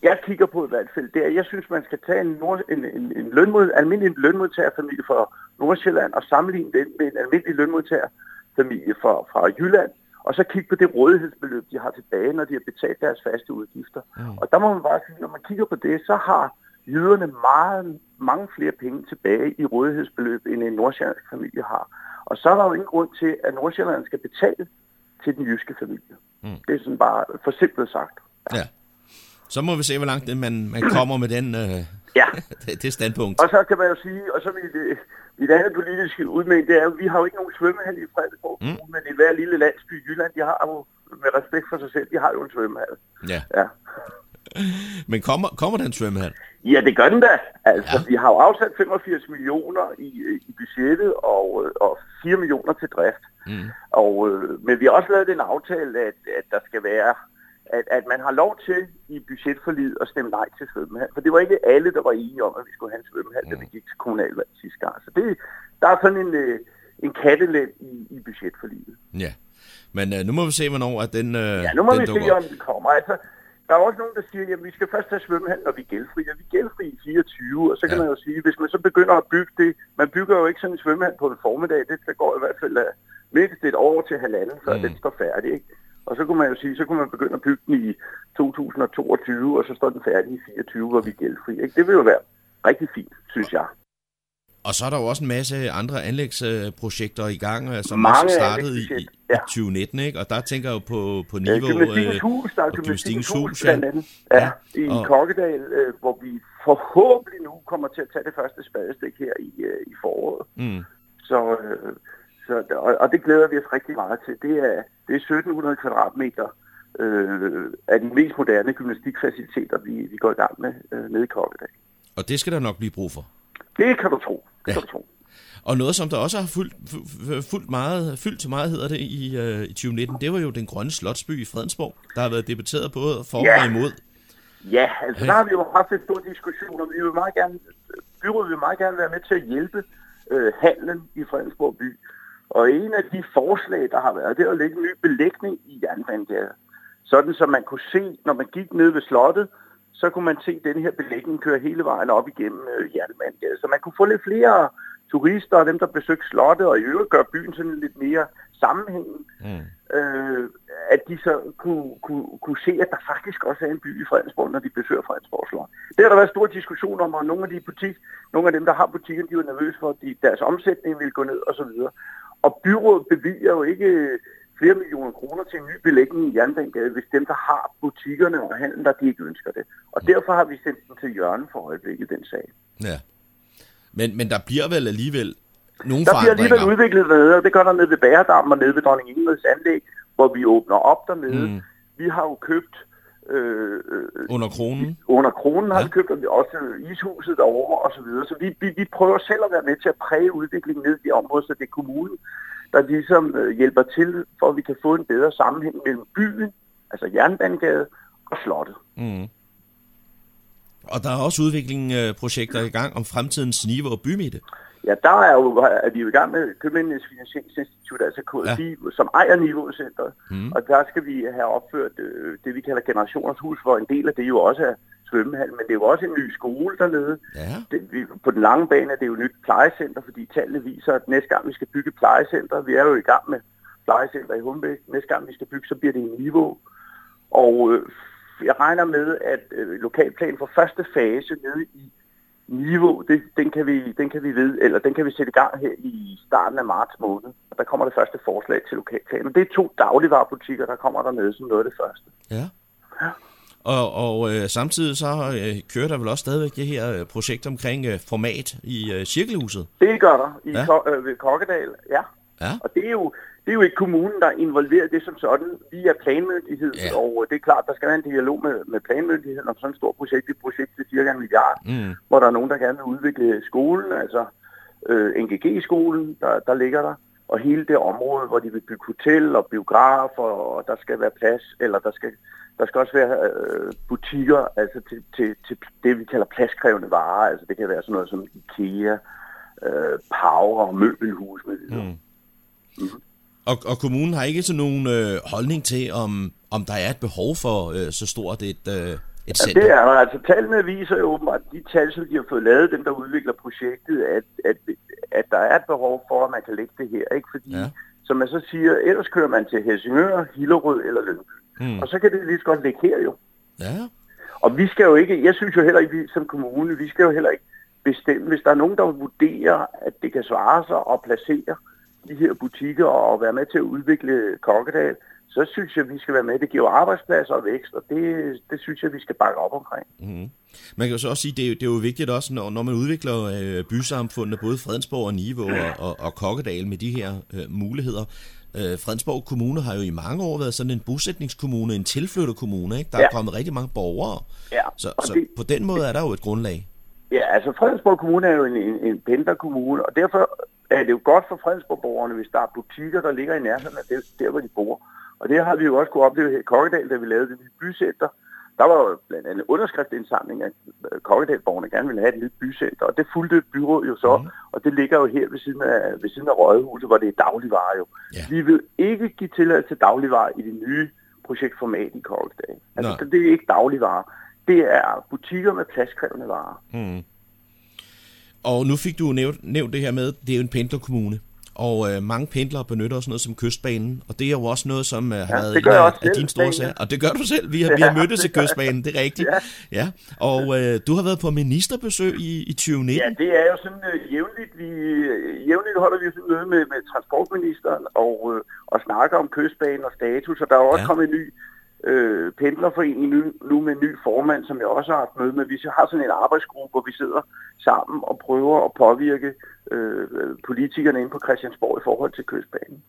jeg kigger på i hvert fald, det er, jeg synes, man skal tage en almindelig lønmodtagerfamilie fra Nordsjælland og sammenligne den med en almindelig lønmodtagerfamilie fra Jylland, og så kigge på det rådighedsbeløb, de har tilbage, når de har betalt deres faste udgifter. Og der må man bare sige, når man kigger på det, så har jyderne mange flere penge tilbage i rådighedsbeløb, end en nordsjællandsk familie har. Og så er der jo ingen grund til, at Nordsjælland skal betale til den jyske familie. Det er sådan bare forsimplet sagt. Ja. Så må vi se, hvor langt man kommer med den det standpunkt. Og så kan man jo sige, og så mit andet politiske udmelding, det er jo, vi har jo ikke nogen svømmehal i Fredensborg, men i hver lille landsby i Jylland, de har jo, med respekt for sig selv, de har jo en svømmehal. Ja. Men kommer der en svømmehal? Ja, det gør den da. Altså, vi har jo afsat 85 millioner i budgettet og 4 millioner til drift. Men vi har også lavet en aftale, at der skal være, at man har lov til i budgetforliget at stemme nej til svømmehal. For det var ikke alle, der var enige om, at vi skulle have en svømmehal, da vi gik til kommunalvalg sidste gang. Så der er sådan en kattelem i budgetforliget. Ja, men nu må vi se, hvornår at den nu må vi se, om det kommer. Altså, der er også nogen, der siger, at vi skal først have svømmehal, når vi er gældfri. Og vi er gældfri i 24, og så kan man jo sige, hvis man så begynder at bygge det, man bygger jo ikke sådan en svømmehal på en formiddag, det går i hvert fald mindst et år til halvanden, før den står færdig, ikke? Og så kunne man jo sige, så kunne man begynde at bygge den i 2022, og så står den færdig i 24, hvor vi er gældfri, ikke? Det vil jo være rigtig fint, synes jeg. Og så er der jo også en masse andre anlægsprojekter i gang, som også startede i 2019, ikke? Og der tænker jeg jo på Niveau og Gymnastikkens Hus blandt andet. I Kokkedal, hvor vi forhåbentlig nu kommer til at tage det første spadestik her i foråret. Og det glæder vi os rigtig meget til. Det er 1700 kvadratmeter af de mest moderne gymnastikfaciliteter, vi går i gang med nede i Kokkedal. Og det skal der nok blive brug for. Det kan du tro. Og noget, som der også har fyldt til meget, hedder det, i 2019, det var jo den grønne slotsby i Fredensborg, der har været debatteret både for og imod. Ja, altså der har vi jo haft en stor diskussion, og byrådet vil meget gerne være med til at hjælpe handlen i Fredensborg by. Og en af de forslag, der har været, det er at lægge en ny belægning i Jernbanegade. Sådan, så man kunne se, når man gik ned ved slottet, så kunne man se, at den her belægning køre hele vejen op igennem Jernbanegade. Så man kunne få lidt flere turister og dem, der besøgte slottet, og i øvrigt gøre byen sådan lidt mere sammenhængende. At de så kunne se, at der faktisk også er en by i Fredensborg, når de besøger Fredensborg Slot. Det har der været stor diskussion om, og nogle af dem, der har butikken, de var nervøse for, at deres omsætning ville gå ned osv. Og byrådet bevilger jo ikke flere millioner kroner til en ny belægning i Jernbanegade, hvis dem, der har butikkerne og handlen, der de ikke ønsker det. Og derfor har vi sendt den til Jørgen for øjeblikket, den sag. Ja. Men der bliver vel alligevel nogle forandringer? Der bliver alligevel udviklet dernede, og det gør der nede ved Bæredam og nede ved Dronning Ingrids anlæg, hvor vi åbner op dernede. Vi har jo købt under kronen. Under kronen har vi købt, og også ishuset derovre og så videre. Så vi prøver selv at være med til at præge udviklingen ned i området, så det er kommunen, der ligesom hjælper til, for at vi kan få en bedre sammenhæng mellem byen, altså Jernbanegade og slottet. Og der er også udviklingsprojekter i gang om fremtidens Niveau og bymidte. Ja, der er vi jo i gang med Købmændenes Finansieringsinstitut, altså KFI, som ejer Niveau-centret. Og der skal vi have opført det, vi kalder Generationers Hus, hvor en del af det jo også er svømmehal, men det er jo også en ny skole dernede. På den lange bane er det jo et nyt plejecenter, fordi tallene viser, at næste gang vi skal bygge plejecenter, vi er jo i gang med plejecenter i Humbæk, næste gang vi skal bygge, så bliver det en Niveau. Og jeg regner med, at lokalplanen for første fase nede i Niveau, den kan vi sætte i gang her i starten af marts måned. Og der kommer det første forslag til lokalplanen. Det er 2 dagligvarebutikker, der kommer dernede som noget af det første. Ja. Og samtidig så kører der vel også stadigvæk det her projekt omkring format i Cirkelhuset? Det gør der ved Kokkedal, ja. Og det er jo ikke kommunen, der er involveret det som sådan. Vi er planmyndighed, og det er klart, der skal være en dialog med planmyndigheden om sådan et stort projekt. Det er et projekt til cirka 1 milliard, hvor der er nogen, der gerne vil udvikle skolen, altså NGG-skolen, der ligger der. Og hele det område, hvor de vil bygge hotel og biografer, og der skal være plads, eller der skal også være butikker, altså til det, vi kalder pladskrævende varer. Altså det kan være sådan noget som IKEA, Power og møbelhus med videre. Og kommunen har ikke sådan nogen holdning til, om der er et behov for så stort et center? Det er der. Altså tallene viser jo åbenbart, de tal, som de har fået lavet, dem der udvikler projektet, at der er et behov for, at man kan lægge det her. Ikke? Fordi, som man så siger, ellers kører man til Helsingør, Hillerød eller Lyngby. Og så kan det lige så godt ligge her jo. Ja. Og vi skal jo ikke, jeg synes jo heller ikke, vi som kommune, vi skal jo heller ikke bestemme, hvis der er nogen, der vurderer, at det kan svare sig at placere de her butikker og være med til at udvikle Kokkedal, så synes jeg, at vi skal være med. Det giver arbejdspladser og vækst, og det synes jeg, vi skal bakke op omkring. Mm-hmm. Man kan jo så også sige, det er jo vigtigt også, når man udvikler bysamfundene, både Fredensborg og Nivå og Kokkedal med de her muligheder. Fredensborg Kommune har jo i mange år været sådan en bosætningskommune, en tilflytterkommune, ikke? Der er kommet rigtig mange borgere. Ja, så på den måde er der jo et grundlag. Ja, altså Fredensborg Kommune er jo en pendlerkommune, og derfor er det jo godt for Fredensborg-borgerne, hvis der er butikker, der ligger i nærheden af der, hvor de bor. Og det har vi jo også kunne opleve her i Kokkedal, da vi lavede det nye bycenter. Der var jo blandt andet underskriftindsamling, at Kokkedal-borgerne gerne ville have et nyt bycenter, og det fulgte byrådet jo så, og det ligger jo her ved siden af Rådhuset, hvor det er dagligvarer jo. Ja. Vi vil ikke give tilladelse til dagligvarer i det nye projektformat i Kokkedal. Altså det er ikke dagligvarer. Det er butikker med pladskrævende varer. Mm. Og nu fik du nævnt det her med, det er jo en pendlerkommune. Og mange pendlere benytter også noget som Kystbanen, og det er jo også noget, som har været en af dine store sager. Og det gør du selv. Vi har mødtes til Kystbanen, det er rigtigt. Ja. Og du har været på ministerbesøg i 2019. Ja, det er jo sådan jævnligt. Jævnligt holder vi sådan møde med transportministeren og snakker om Kystbanen og status, og der er også kommet en ny pendlerforening nu med en ny formand, som jeg også har haft møde med. Vi har sådan en arbejdsgruppe, hvor vi sidder sammen og prøver at påvirke politikerne inde på Christiansborg i forhold til Kystbanen.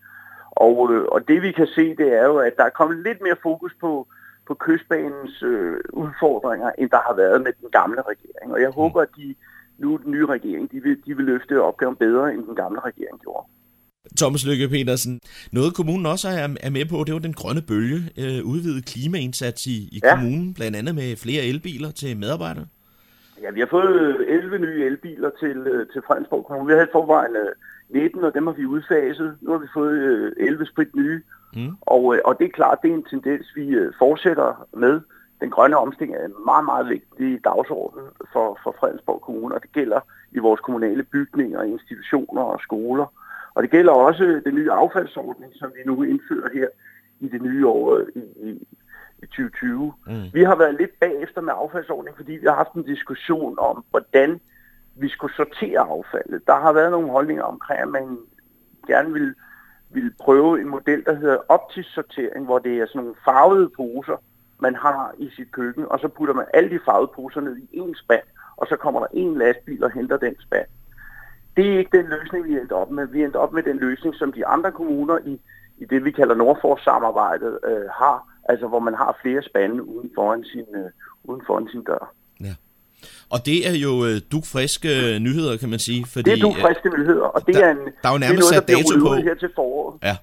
Og det vi kan se, det er jo, at der er kommet lidt mere fokus på Kystbanens udfordringer, end der har været med den gamle regering. Og jeg håber, at den nye regering, de vil løfte opgaven bedre, end den gamle regering gjorde. Thomas Lykke Petersen, noget kommunen også er med på, det var den grønne bølge, udvidet klimaindsats i kommunen, blandt andet med flere elbiler til medarbejdere. Ja, vi har fået 11 nye elbiler til Fredensborg Kommune. Vi havde i forvejen 19, og dem har vi udfaset. Nu har vi fået 11 sprit nye, og det er klart, det er en tendens, vi fortsætter med. Den grønne omstilling er en meget, meget vigtig dagsorden for Fredensborg Kommune, og det gælder i vores kommunale bygninger, institutioner og skoler. Og det gælder også den nye affaldsordning, som vi nu indfører her i det nye år i 2020. Vi har været lidt bagefter med affaldsordningen, fordi vi har haft en diskussion om, hvordan vi skulle sortere affaldet. Der har været nogle holdninger omkring, at man gerne vil prøve en model, der hedder optisk sortering, hvor det er sådan nogle farvede poser, man har i sit køkken, og så putter man alle de farvede poser ned i en spand, og så kommer der en lastbil og henter den spand. Det er ikke den løsning, vi endte op med. Vi endte op med den løsning, som de andre kommuner i det, vi kalder Nordfors-samarbejdet har, altså hvor man har flere spande uden foran sin dør. Ja. Og det er jo dugfriske nyheder, kan man sige. Fordi, det er dugfriske nyheder, og det er jo nærmest sat dato på her til foråret. Ja.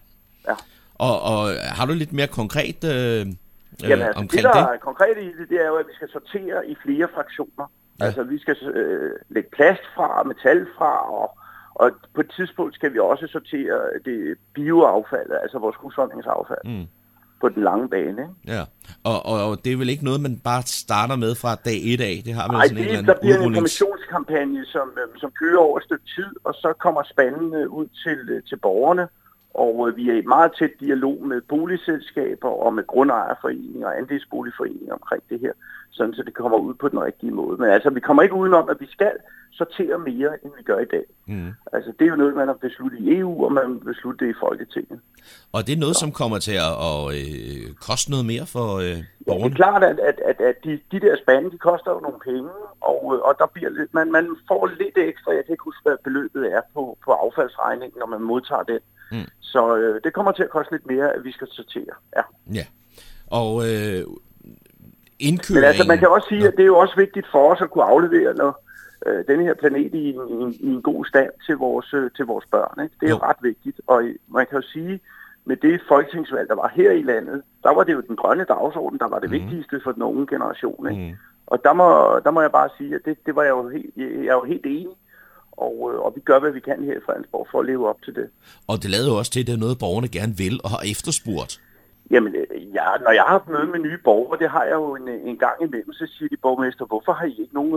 Og har du lidt mere konkret omkring det? Der er konkret i det er jo, at vi skal sortere i flere fraktioner. Ja. Altså, vi skal lægge plast fra, metal fra, og på et tidspunkt skal vi også sortere det bioaffald, altså vores husholdningsaffald, på den lange bane. Ikke? Ja, og det er vel ikke noget, man bare starter med fra dag 1 af? Det har vel sådan en eller anden der bliver en informationskampagne, som kører over et stykke tid, og så kommer spanden ud til borgerne, og vi er i meget tæt dialog med boligselskaber og med grundejerforeninger og andelsboligforeninger omkring det her, sådan så det kommer ud på den rigtige måde. Men altså, vi kommer ikke udenom, at vi skal sortere mere, end vi gør i dag. Altså, det er jo noget, man har besluttet i EU, og man har besluttet det i Folketinget. Og det er noget, som kommer til at koste noget mere for borgerne? Ja, det er klart, at de der spande, de koster jo nogle penge, og der bliver lidt, man får lidt ekstra. Jeg kan ikke huske, hvad beløbet er på affaldsregningen, når man modtager den. Så det kommer til at koste lidt mere, at vi skal sortere. Ja. Og indkøringen... Men altså, man kan også sige, at det er jo også vigtigt for os at kunne aflevere denne her planet i en god stand til vores børn. Ikke? Det er jo ret vigtigt. Og man kan jo sige, med det folketingsvalg, der var her i landet, der var det jo den grønne dagsorden, der var det vigtigste for den unge generation. Ikke? Og der må jeg bare sige, at det var jeg er jo helt enig. Og vi gør, hvad vi kan her i Fredensborg for at leve op til det. Og det lader jo også til, at det er noget, borgerne gerne vil og har efterspurgt. Jamen, når jeg har haft møde med nye borgere, det har jeg jo en gang imellem, så siger de borgmester, hvorfor har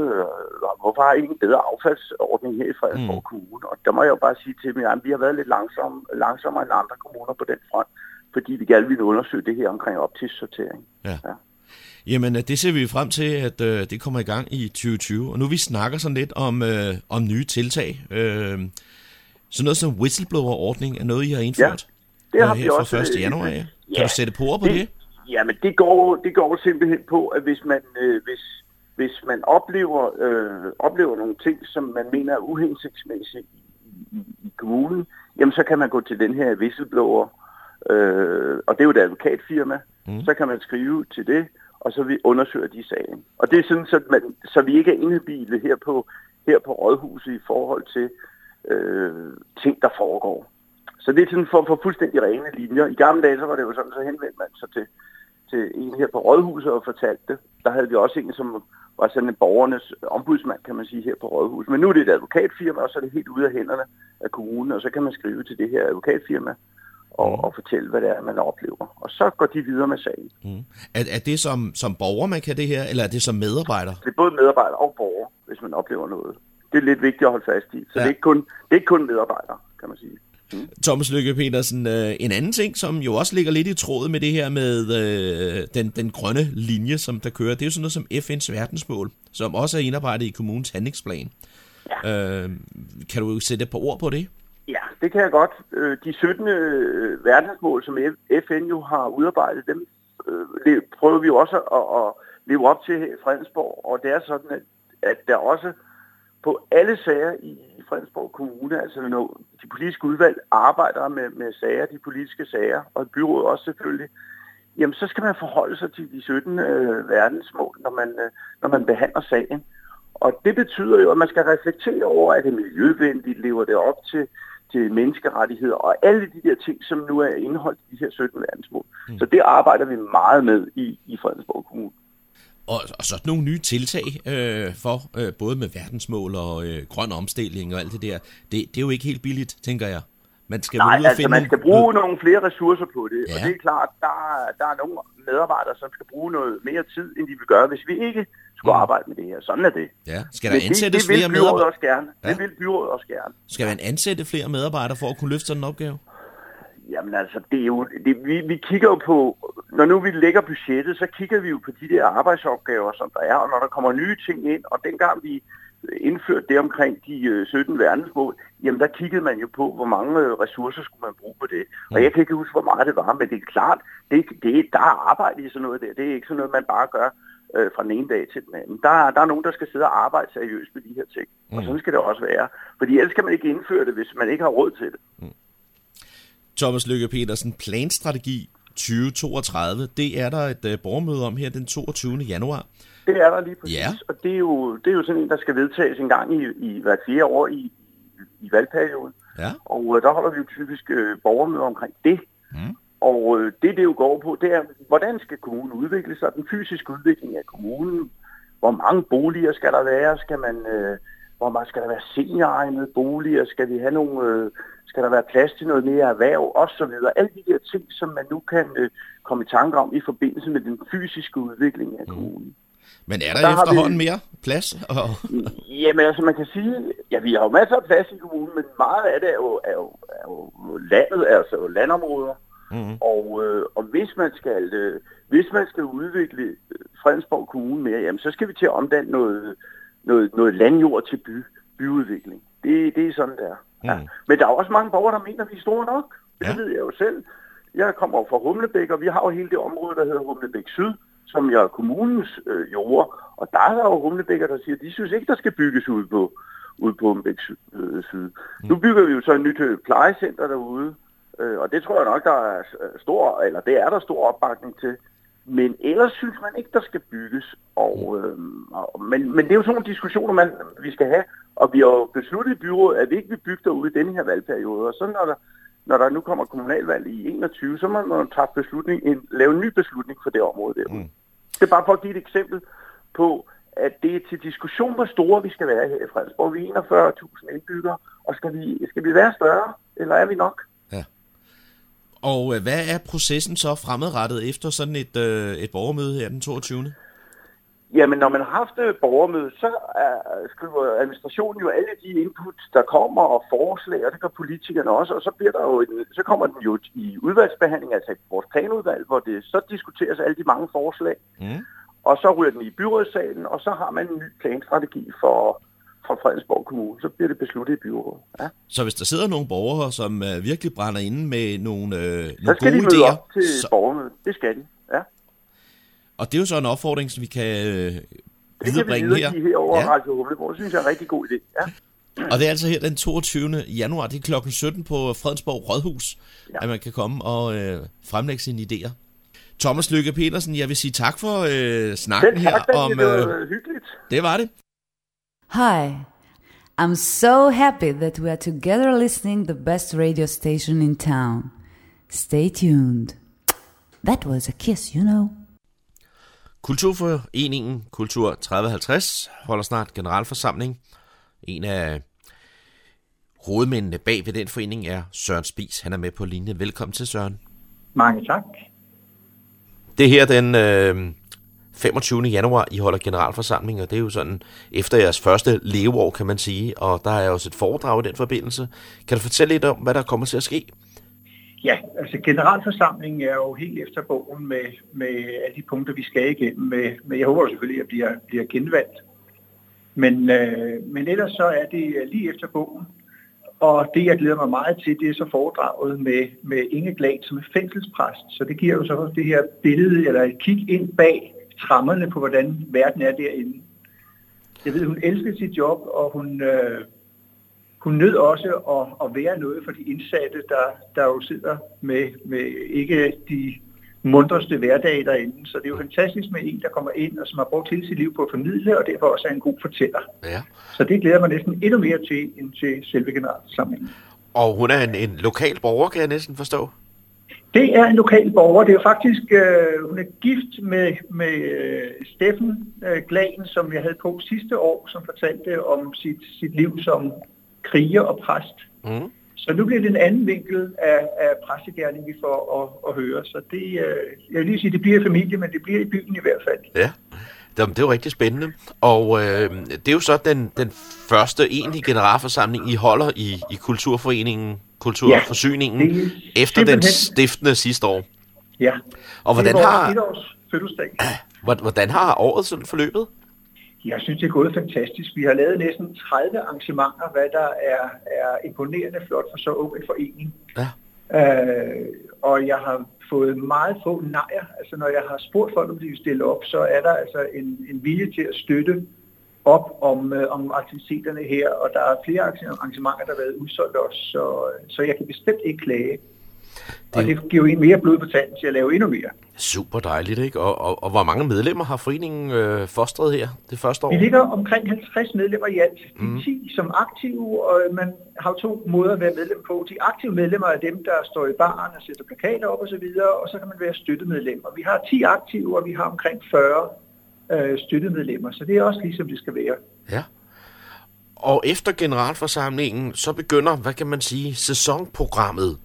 I ikke en bedre affaldsordning her i Fredensborg Kommune? Og der må jeg jo bare sige til dem, at vi har været lidt langsommere end andre kommuner på den front, fordi vi gerne vil undersøge det her omkring optidssortering. Ja. Jamen, det ser vi frem til, at det kommer i gang i 2020. Og nu vi snakker sådan lidt om nye tiltag. Sådan noget som whistleblower-ordning er noget, I har indført det har vi også fra 1. januar. Kan du sætte på ord på det? Jamen, det går simpelthen på, at hvis man oplever nogle ting, som man mener er uhensigtsmæssigt i kommunen, jamen så kan man gå til den her whistleblower, og det er jo et advokatfirma, så kan man skrive til det, og så vi undersøger de sagen. Og det er sådan, så vi ikke er inhabile her på rådhuset i forhold til ting, der foregår. Så det er sådan for fuldstændig rene linjer. I gamle dage, så var det jo sådan, så henvendte man sig til en her på rådhuset og fortalte det. Der havde vi også en, som var sådan en borgernes ombudsmand, kan man sige, her på rådhuset. Men nu er det et advokatfirma, og så er det helt ude af hænderne af kommunen, og så kan man skrive til det her advokatfirma og fortælle, hvad det er, man oplever. Og så går de videre med sagen. Er det som borger, man kan det her, eller er det som medarbejder? Det er både medarbejder og borger, hvis man oplever noget. Det er lidt vigtigt at holde fast i. Så det er ikke kun medarbejdere, kan man sige. Thomas Lykke Petersen, en anden ting, som jo også ligger lidt i tråd med det her med den grønne linje, som der kører, det er jo sådan noget som FN's verdensmål, som også er indarbejdet i kommunens handlingsplan. Ja. Kan du sætte et par ord på det? Ja, det kan jeg godt. De 17 verdensmål, som FN jo har udarbejdet, dem prøver vi jo også at leve op til her i Fredensborg, og det er sådan, at der også på alle sager i Fredensborg Kommune, altså når de politiske udvalg arbejder med sager, de politiske sager, og byrådet også selvfølgelig, jamen så skal man forholde sig til de 17 verdensmål, når man behandler sagen. Og det betyder jo, at man skal reflektere over, at det miljøvenligt, lever det op til menneskerettigheder, og alle de der ting, som nu er indeholdt i de her 17 verdensmål. Så det arbejder vi meget med i Fredensborg Kommune. Og sådan nogle nye tiltag både med verdensmål og grøn omstilling og alt det der, det er jo ikke helt billigt, tænker jeg. Man skal man skal bruge nogle flere ressourcer på det, og det er klart, der er nogle medarbejdere, som skal bruge noget mere tid, end de vil gøre, hvis vi ikke skulle arbejde med det her. Sådan er det. Ja. Skal der ansættes flere medarbejdere? Også gerne. Ja. Det vil byrådet også gerne. Skal man ansætte flere medarbejdere for at kunne løfte sådan en opgave? Jamen altså, det er jo, vi kigger jo på, når nu vi lægger budgettet, så kigger vi jo på de der arbejdsopgaver, som der er, og når der kommer nye ting ind, og dengang vi indførte det omkring de 17 verdensmål, jamen der kiggede man jo på, hvor mange ressourcer skulle man bruge på det. Og jeg kan ikke huske, hvor meget det var, men det er klart, der er arbejde i sådan noget der. Det er ikke sådan noget, man bare gør fra den ene dag til den anden. Der er nogen, der skal sidde og arbejde seriøst med de her ting. Og sådan skal det også være. Fordi ellers kan man ikke indføre det, hvis man ikke har råd til det. Thomas Lykke Petersen, planstrategi 2032, det er der et borgermøde om her den 22. januar. Det er der lige præcis, og det er jo sådan en, der skal vedtages en gang i hvert 4 år i valgperioden. Ja. Og der holder vi jo typisk borgermøder omkring det. Og det jo går på, det er, hvordan skal kommunen udvikle sig, den fysiske udvikling af kommunen, hvor mange boliger skal der være, hvor meget skal der være senioregnede boliger, skal vi have nogle, skal der være plads til noget mere erhverv, og så videre. Alle de der ting, som man nu kan komme i tanke om i forbindelse med den fysiske udvikling af kommunen. Men er der efterhånden mere plads? Jamen altså, man kan sige, vi har jo masser af plads i kommunen, men meget af det er jo landet, altså landområder. Og hvis man skal udvikle Fredensborg Kommune mere, jamen, så skal vi til at omdanne noget landjord til byudvikling. Det er sådan, der. Ja. Men der er også mange borgere, der mener, at vi er store nok. Det ved jeg jo selv. Jeg kommer jo fra Humlebæk, og vi har jo hele det område, der hedder Humlebæk Syd, som jo er kommunens jord. Og der er jo Humlebækker, der siger, at de synes ikke, der skal bygges ud på Humlebæk Syd. Nu bygger vi jo så et nyt plejecenter derude, og det tror jeg nok, der er stor opbakning til. Men ellers synes man ikke, der skal bygges. Men det er jo sådan nogle diskussioner, vi skal have. Og vi har jo besluttet i byrådet, at vi ikke vil bygge derude i denne her valgperiode. Og så når der nu kommer kommunalvalg i 21, så må man lave en ny beslutning for det område derude. Det er bare for at give et eksempel på, at det er til diskussion, hvor store vi skal være her i Fredensborg. Vi er 41.000 indbyggere, og skal vi være større, eller er vi nok? Og hvad er processen så fremadrettet efter sådan et borgermøde her den 22. Jamen, når man har haft borgermøde, så skriver administrationen jo alle de inputs, der kommer, og forslag, og det gør politikerne også, og så bliver der jo så kommer den jo i udvalgsbehandling, altså i vores planudvalg, hvor det så diskuteres alle de mange forslag, og så ryger den i byrådssalen, og så har man en ny planstrategi for Fredensborg Kommune, så bliver det besluttet i byrådet. Ja. Så hvis der sidder nogle borgere, som virkelig brænder inde med nogle gode idéer... Så skal de møde op til borgermødet. Det skal de, ja. Og det er jo så en opfordring, som vi kan viderebringe her. Det kan vi herovre Radio Humleborg. Det synes jeg er en rigtig god idé, ja. Og det er altså her den 22. januar, det er klokken 17 på Fredensborg Rådhus, at man kan komme og fremlægge sine idéer. Thomas Lykke Petersen, jeg vil sige tak for snakken her. Det var hyggeligt. Det var det. Hi, I'm so happy that we are together listening the best radio station in town. Stay tuned. That was a kiss, you know. Kulturforeningen Kultur 3050 holder snart generalforsamling. En af hovedmændene bag ved den forening er Søren Spies. Han er med på linjen. Velkommen til, Søren. Mange tak. Det her den 25. januar, I holder generalforsamling, og det er jo sådan efter jeres første leveår, kan man sige, og der er også et foredrag i den forbindelse. Kan du fortælle lidt om, hvad der kommer til at ske? Ja, altså generalforsamlingen er jo helt efter bogen med alle de punkter, vi skal igennem. Men jeg håber selvfølgelig, at jeg bliver genvalgt. Men ellers så er det lige efter bogen. Og det, jeg glæder mig meget til, det er så foredraget med Inge Glad, som er fængselspræst. Så det giver jo så det her billede, eller et kig ind bag trammerne på, hvordan verden er derinde. Jeg ved, hun elsker sit job, og hun nød også at være noget for de indsatte, der jo sidder med ikke de muntreste hverdage derinde. Så det er jo fantastisk med en, der kommer ind, og som har brugt hele sit liv på at formidle, og derfor også er en god fortæller. Ja. Så det glæder mig næsten endnu mere til, end til selve generalforsamlingen. Og hun er en lokal borger, kan jeg næsten forstå? Det er en lokal borger. Det er jo faktisk, hun er gift med Steffen Gladen, som jeg havde på sidste år, som fortalte om sit liv som kriger og præst. Mm. Så nu bliver det en anden vinkel af præstegerning, vi får at høre. Så det, jeg vil lige sige, det bliver familie, men det bliver i byen i hvert fald. Ja, det er jo rigtig spændende. Og det er jo så den første egentlige generalforsamling, I holder i Kulturforeningen, Kulturforsyningen, efter den stiftende sidste år. Ja, og hvordan har et års fødselsdag. Hvordan har året sådan forløbet? Jeg synes, det er gået fantastisk. Vi har lavet næsten 30 arrangementer, hvad der er imponerende flot for så ung en forening. Ja. Og jeg har fået meget få nejer. Altså, når jeg har spurgt folk, om de vil stille op, så er der altså en vilje til at støtte op om aktiviteterne her. Og der er flere arrangementer, der har været udsolgt også, så jeg kan bestemt ikke klage. Og det giver jo en mere blod på tanden til at lave endnu mere. Super dejligt, ikke? Og hvor mange medlemmer har foreningen fostret her det første år? Vi ligger omkring 50 medlemmer i alt. De 10 som aktive, og man har jo 2 måder at være medlem på. De aktive medlemmer er dem, der står i baren og sætter plakater op osv., og så kan man være støttemedlemmer. Vi har 10 aktive, og vi har omkring 40 støttemedlemmer, så det er også ligesom det skal være. Ja. Og efter generalforsamlingen, så begynder, hvad kan man sige, sæsonprogrammet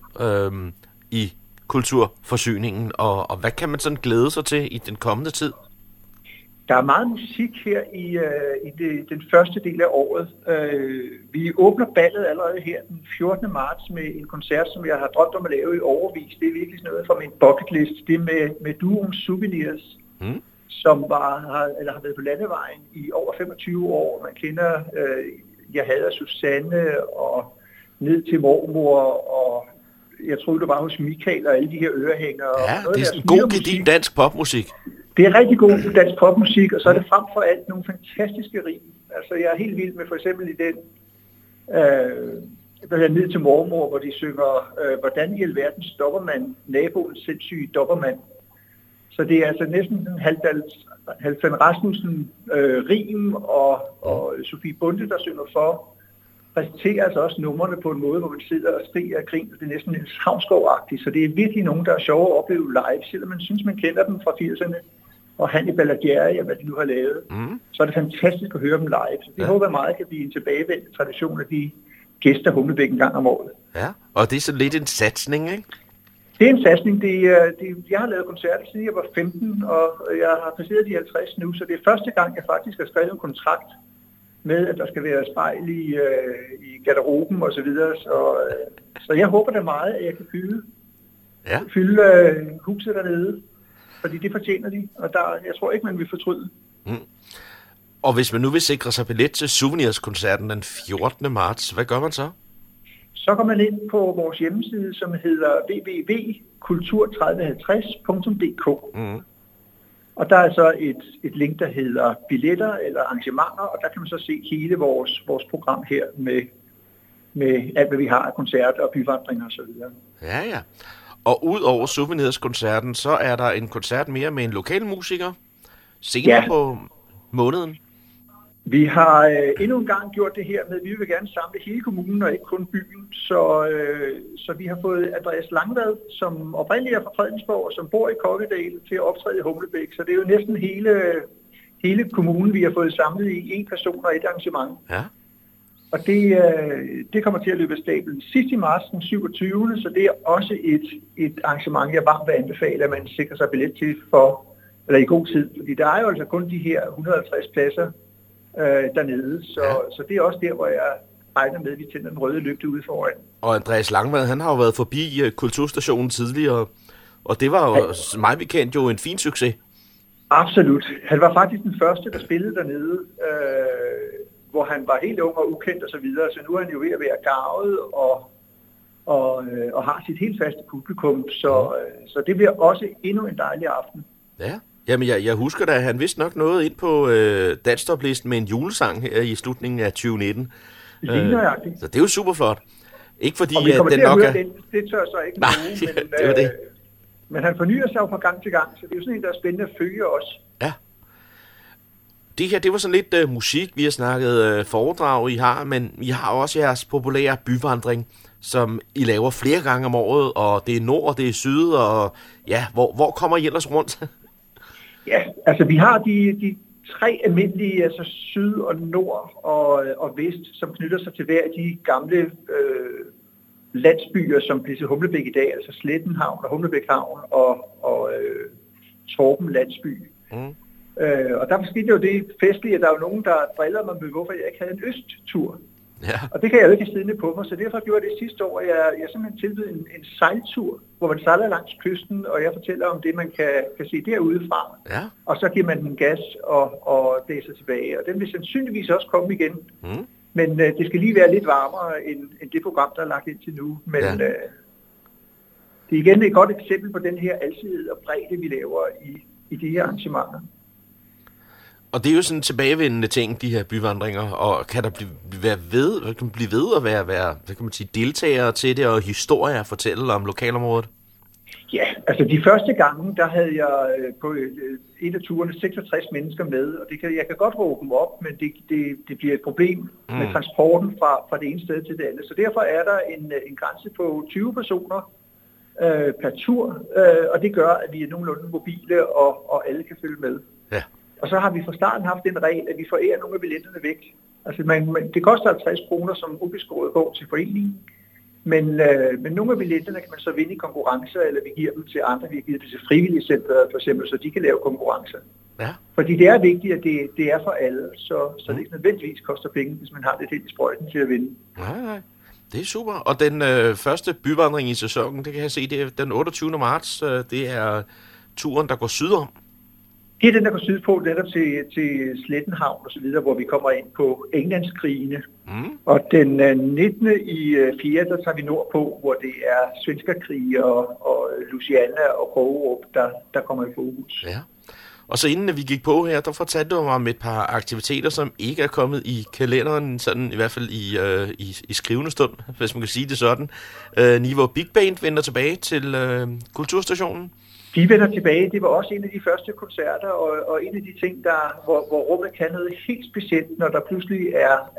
i Kulturforsyningen, og hvad kan man sådan glæde sig til i den kommende tid? Der er meget musik her i den første del af året. Vi åbner ballet allerede her den 14. marts med en koncert, som jeg har drømt om at lave i overvis. Det er virkelig noget fra min bucket list. Det er med duoen Souvenirs, som har været på landevejen i over 25 år. Man kender Jeg hader Susanne og Ned til mormor, og jeg troede, det var hos Michael og alle de her ørehængere. Ja, det er sådan god gedigen dansk popmusik. Det er rigtig god dansk popmusik, og så er det frem for alt nogle fantastiske rim. Altså, jeg er helt vild med for eksempel i den, der hedder Ned til mormor, hvor de synger, hvordan i alverden stopper man naboens sindssyge doppermand. Så det er altså næsten en Halvdan Rasmussen rim, og Sofie Bunde, der synger for, præsenterer altså også numrene på en måde, hvor man sidder og skriger og griner. Det er næsten en Havnsgaard-agtigt, så det er virkelig nogen, der er sjove at opleve live, selvom man synes, man kender dem fra 80'erne, og Hannibal og Jerry, og hvad de nu har lavet. Så er det fantastisk at høre dem live. Så det håber jeg meget kan blive en tilbagevendende tradition af de gæster Humlebæk en gang om året. Ja, og det er så lidt en satsning, ikke? Det er en satsning. Jeg har lavet koncerter siden jeg var 15, og jeg har passeret de 50 nu, så det er første gang, jeg faktisk har skrevet en kontrakt med, at der skal være spejl i garderoben og så videre. Så jeg håber da meget, at jeg kan fylde huset dernede, fordi det fortjener de, og jeg tror ikke, man vil fortryde. Mm. Og hvis man nu vil sikre sig billet til Souvenirs-koncerten den 14. marts, hvad gør man så? Så går man ind på vores hjemmeside, som hedder www.kultur3050.dk. Mm. Og der er så et link, der hedder billetter eller arrangementer, og der kan man så se hele vores program her med alt, hvad vi har af koncerter og byvandringer og så videre. Ja, ja. Og ud over Souvenirs-koncerten, så er der en koncert mere med en lokal musiker senere på måneden. Vi har endnu en gang gjort det her med, at vi vil gerne samle hele kommunen og ikke kun byen. Så vi har fået Andreas Langvad, som oprindeligt er fra Fredensborg og som bor i Kokkedal, til at optræde i Humlebæk. Så det er jo næsten hele kommunen, vi har fået samlet i en person og et arrangement. Ja. Og det kommer til at løbe af stablen sidst i marts den 27. Så det er også et arrangement, jeg varmt vil anbefale, at man sikrer sig billet til i god tid. Fordi der er jo altså kun de her 150 pladser dernede, så det er også der, hvor jeg regner med, at vi tænder den røde lygte ude foran. Og Andreas Langvad, han har jo været forbi Kulturstationen tidligere, og det var jo mig bekendt jo en fin succes. Absolut. Han var faktisk den første, der spillede dernede, hvor han var helt ung og ukendt og så videre, så nu er han jo ved at være garvet og har sit helt faste publikum, så det bliver også endnu en dejlig aften. Ja. Jamen, jeg husker da, at han vist nok nåede ind på danstoplisten med en julesang her i slutningen af 2019. Så det er jo super flot. Ikke fordi, og vi kommer den til at nok høre den, det tør så ikke men, men han fornyer sig jo fra gang til gang, så det er jo sådan en, der er spændende at følge os. Ja. Det her, det var sådan lidt musik, vi har snakket foredrag, I har, men I har også jeres populære byvandring, som I laver flere gange om året, og det er nord, og det er syd, og ja, hvor kommer I ellers rundt? Ja, altså vi har de tre almindelige, altså syd og nord og vest, som knytter sig til hver af de gamle landsbyer, som bliver til Humlebæk i dag, altså Slettenhavn og Humlebæk Havn og Torben landsby. Mm. Og der skete jo det festlige, at der er jo nogen, der driller mig med, hvorfor jeg ikke havde en østtur. Ja. Og det kan jeg jo ikke have siddende på mig, så derfor gjorde jeg det sidste år, at jeg simpelthen tilbød en sejltur, hvor man sejler langs kysten, og jeg fortæller om det, man kan se derudefra. Ja. Og så giver man den gas og dæser tilbage, og den vil sandsynligvis også komme igen. Mm. Men det skal lige være lidt varmere end det program, der er lagt ind til nu. Men det er igen et godt eksempel på den her alsidighed og bredde, vi laver i de her arrangementer. Og det er jo sådan en tilbagevendende ting, de her byvandringer, og kan der blive ved at være hvad kan man sige, deltagere til det, og historier at fortælle om lokalområdet? Ja, altså de første gange, der havde jeg på et af turene 66 mennesker med, og jeg kan godt råbe dem op, men det bliver et problem med transporten fra det ene sted til det andet. Så derfor er der en grænse på 20 personer per tur, og det gør, at vi er nogenlunde mobile, og alle kan følge med. Ja. Og så har vi fra starten haft den regel, at vi forærer nogle af billetterne væk. Altså det koster 50 kroner som ubeskåret går til foreningen, men nogle af billetterne kan man så vinde i konkurrencer, eller vi giver dem til andre. Vi har givet det til frivillige centre for eksempel, så de kan lave konkurrencer. Ja. Fordi det er vigtigt, at det er for alle, så det ikke nødvendigvis koster penge, hvis man har det helt i sprøjten til at vinde. Nej. Det er super. Og den første byvandring i sæsonen, det kan jeg se, det er den 28. marts. Det er turen, der går sydom. Det er den, der går sydpå, netop til Slettenhavn og så videre, hvor vi kommer ind på Englandskrigene. Mm. Og den 19. i 4. der tager vi nordpå, hvor det er svenskerkrig og Louisiana og Krogerup, der kommer i fokus. Ja. Og så inden vi gik på her, der fortalte du mig om et par aktiviteter, som ikke er kommet i kalenderen, sådan i hvert fald i skrivende stund, hvis man kan sige det sådan. Niveau Big Band vender tilbage til Kulturstationen. De vender tilbage. Det var også en af de første koncerter, og en af de ting, hvor rummet kan noget helt specielt, når der pludselig er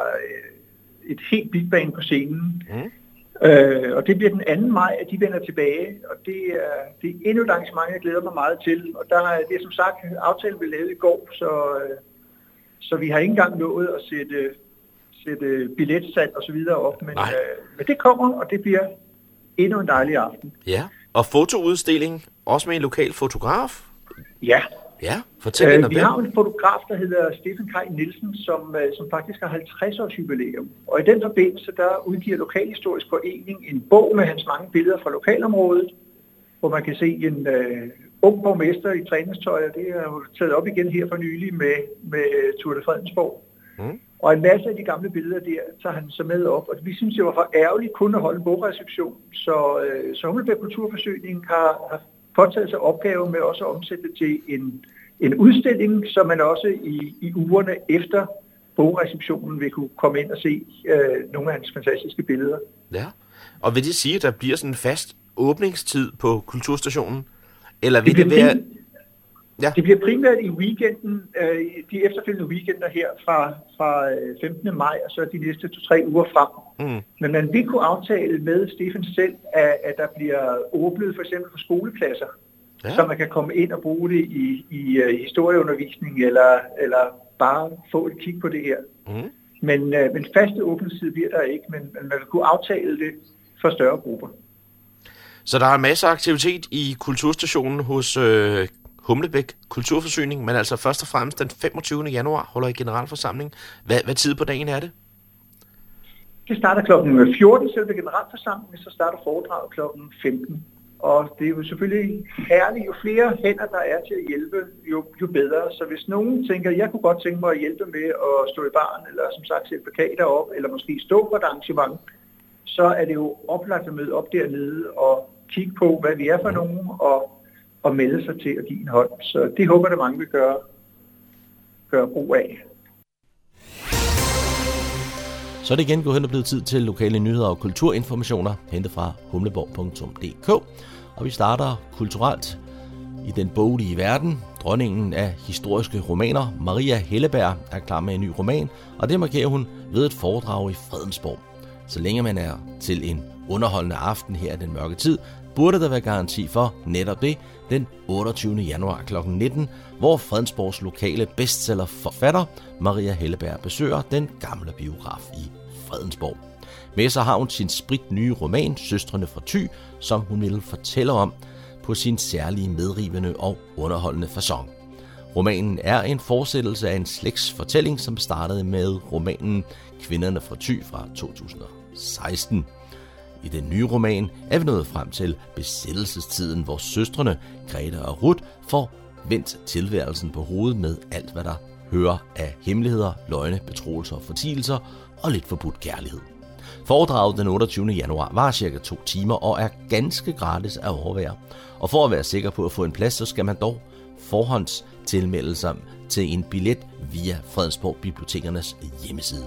et helt big band på scenen. Mm. Og det bliver den 2. maj, at de vender tilbage, og det er endnu et arrangement, jeg glæder mig meget til. Og det er som sagt, aftalen blev lavet i går, så vi har ikke engang nået at sætte billetsalg og så videre op, men det kommer, og det bliver endnu en dejlig aften. Ja. Og fotoudstilling, også med en lokal fotograf? Ja. Ja, fortæl lidt om det. Vi har en fotograf, der hedder Stefan Kaj Nielsen, som faktisk har 50 års jubilæum. Og i den forbindelse, der udgiver Lokalhistorisk Forening en bog med hans mange billeder fra lokalområdet, hvor man kan se en ung borgmester i træningstøj, og det er jo taget op igen her for nylig med Tour de Fredensborg. Og en masse af de gamle billeder der tager han så med op, og vi synes, det var for ærgerligt kun at holde en bogreception. Så Humlebæk Kulturforsyning har påtaget sig opgaven med også at omsætte det til en udstilling, så man også i ugerne efter bogreceptionen vil kunne komme ind og se nogle af hans fantastiske billeder. Ja, og vil det sige, at der bliver sådan en fast åbningstid på Kulturstationen? Eller vil det være... Ja. Det bliver primært i weekenden, de efterfølgende weekender her fra 15. maj, og så de næste 2-3 uger frem. Men man vil kunne aftale med Stefan selv, at der bliver åbnet for eksempel for skoleklasser, så man kan komme ind og bruge det i historieundervisning, eller bare få et kig på det her. Men faste åbningstid bliver der ikke, men man vil kunne aftale det for større grupper. Så der er masser af aktivitet i Kulturstationen hos Humlebæk Kulturforsyning, men altså først og fremmest den 25. januar holder I generalforsamling. Hvad tid på dagen er det? Det starter kl. 14, selve generalforsamlingen, så starter foredraget kl. 15. Og det er jo selvfølgelig herligt, jo flere hænder der er til at hjælpe, jo bedre. Så hvis nogen tænker, jeg kunne godt tænke mig at hjælpe med at stå i baren, eller som sagt sætte plakater op, eller måske stå på et arrangement, så er det jo oplagt at møde op dernede og kigge på, hvad vi er for nogen, og melde sig til at give en hånd. Så det håber jeg, mange vil gøre brug af. Så er det igen gået hen og blevet tid til lokale nyheder og kulturinformationer, hentet fra humleborg.dk. Og vi starter kulturelt i den boglige verden. Dronningen af historiske romaner, Maria Helleberg, er klar med en ny roman, og det markerer hun ved et foredrag i Fredensborg. Så længe man er til en underholdende aften her i den mørke tid, burde der være garanti for netop det den 28. januar kl. 19, hvor Fredensborgs lokale bestsellerforfatter Maria Helleberg besøger den gamle biograf i Fredensborg. Med så har hun sin spritnye roman, Søstrene fra Thy, som hun vil fortælle om på sin særlige medrivende og underholdende facon. Romanen er en fortsættelse af en slægtsfortælling, som startede med romanen Kvinderne fra Thy fra 2016. I den nye roman er vi nået frem til besættelsestiden, hvor søstrene Grete og Ruth får vendt tilværelsen på hovedet med alt, hvad der hører af hemmeligheder, løgne, betroelser og fortielser og lidt forbudt kærlighed. Foredraget den 28. januar var cirka 2 timer og er ganske gratis at overvære. Og for at være sikker på at få en plads, så skal man dog forhåndstilmelde sig til en billet via Fredensborg Bibliotekernes hjemmeside.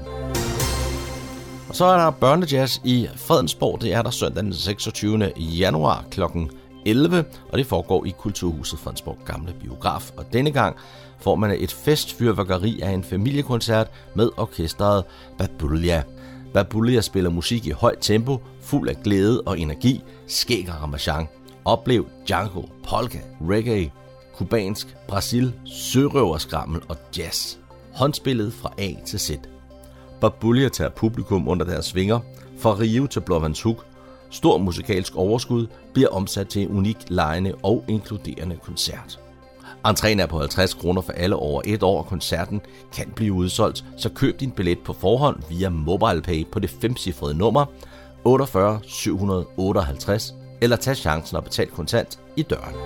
Og så er der børnejazz i Fredensborg. Det er der søndag den 26. januar kl. 11, og det foregår i Kulturhuset Fredensborg Gamle Biograf. Og denne gang får man et festfyrværkeri af en familiekoncert med orkestret Babulja. Babulja spiller musik i højt tempo, fuld af glæde og energi, skæg og ramachan. Oplev Django, polka, reggae, kubansk, Brasil, sørøverskrammel og jazz. Håndspillet fra A til Z. Babulja tager publikum under deres vinger. Fra Rio til Blåvandshuk. Stor musikalsk overskud bliver omsat til en unik, legende og inkluderende koncert. Entréen er på 50 kroner for alle over 1 år, og koncerten kan blive udsolgt, så køb din billet på forhånd via MobilePay på det 5-cifrede nummer 48 758, eller tag chancen og betal kontant i døren.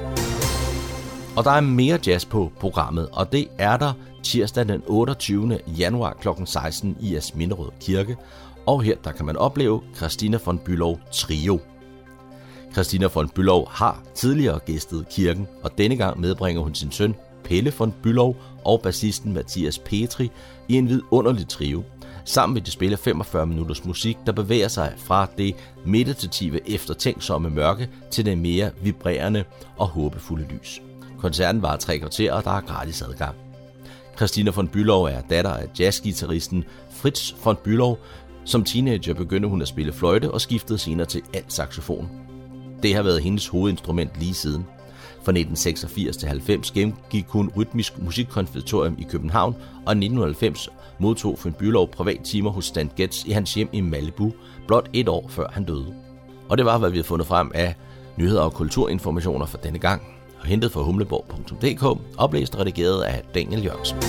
Og der er mere jazz på programmet, og det er der tirsdag den 28. januar kl. 16 i Asminderød Kirke, og her der kan man opleve Christina von Bülow Trio. Christina von Bülow har tidligere gæstet kirken, og denne gang medbringer hun sin søn Pelle von Bülow og bassisten Mathias Petri i en vidunderlig trio. Sammen vil de spille 45 minutters musik, der bevæger sig fra det meditative eftertænksomme mørke til det mere vibrerende og håbefulde lys. Koncerten varer 3 kvarter, og der er gratis adgang. Christina von Bülow er datter af jazzgitarristen Fritz von Bülow. Som teenager begyndte hun at spille fløjte og skiftede senere til alt-saxofon. Det har været hendes hovedinstrument lige siden. Fra 1986 til 90 gennemgik hun rytmisk musikkonservatorium i København, og i 1990 modtog von Bülow privattimer hos Stan Getz i hans hjem i Malibu, blot 1 år før han døde. Og det var, hvad vi har fundet frem af Nyheder og kulturinformationer for denne gang, og hentet fra humleborg.dk, oplæst og redigeret af Daniel Jørgensen.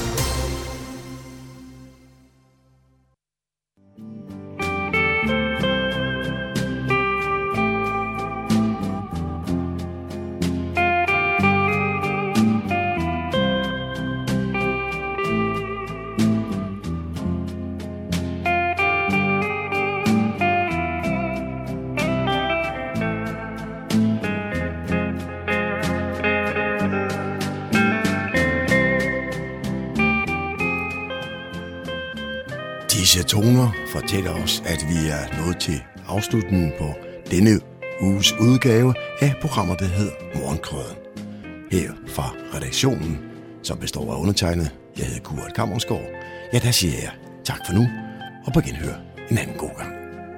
Disse toner fortæller os, at vi er nået til afslutningen på denne uges udgave af programmet, der hedder Morgenkrøden. Her fra redaktionen, som består af undertegnet, jeg hedder Kurt Kammersgaard. Ja, der siger jeg tak for nu, og på genhør en anden god gang.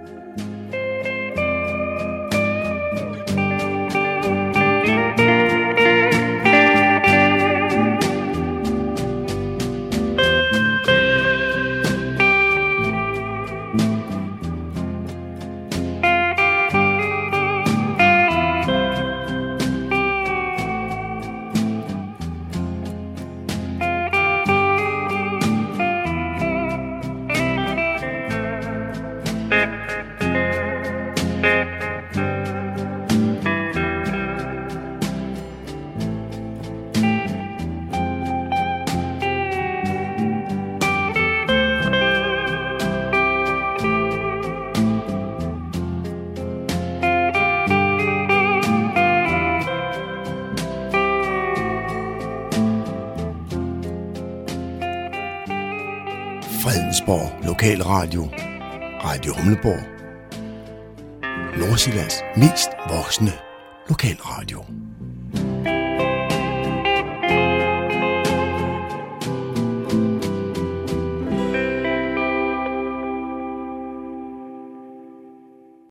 Fredensborg Lokalradio, Radio Humleborg, Nordsjællands mest voksne lokalradio.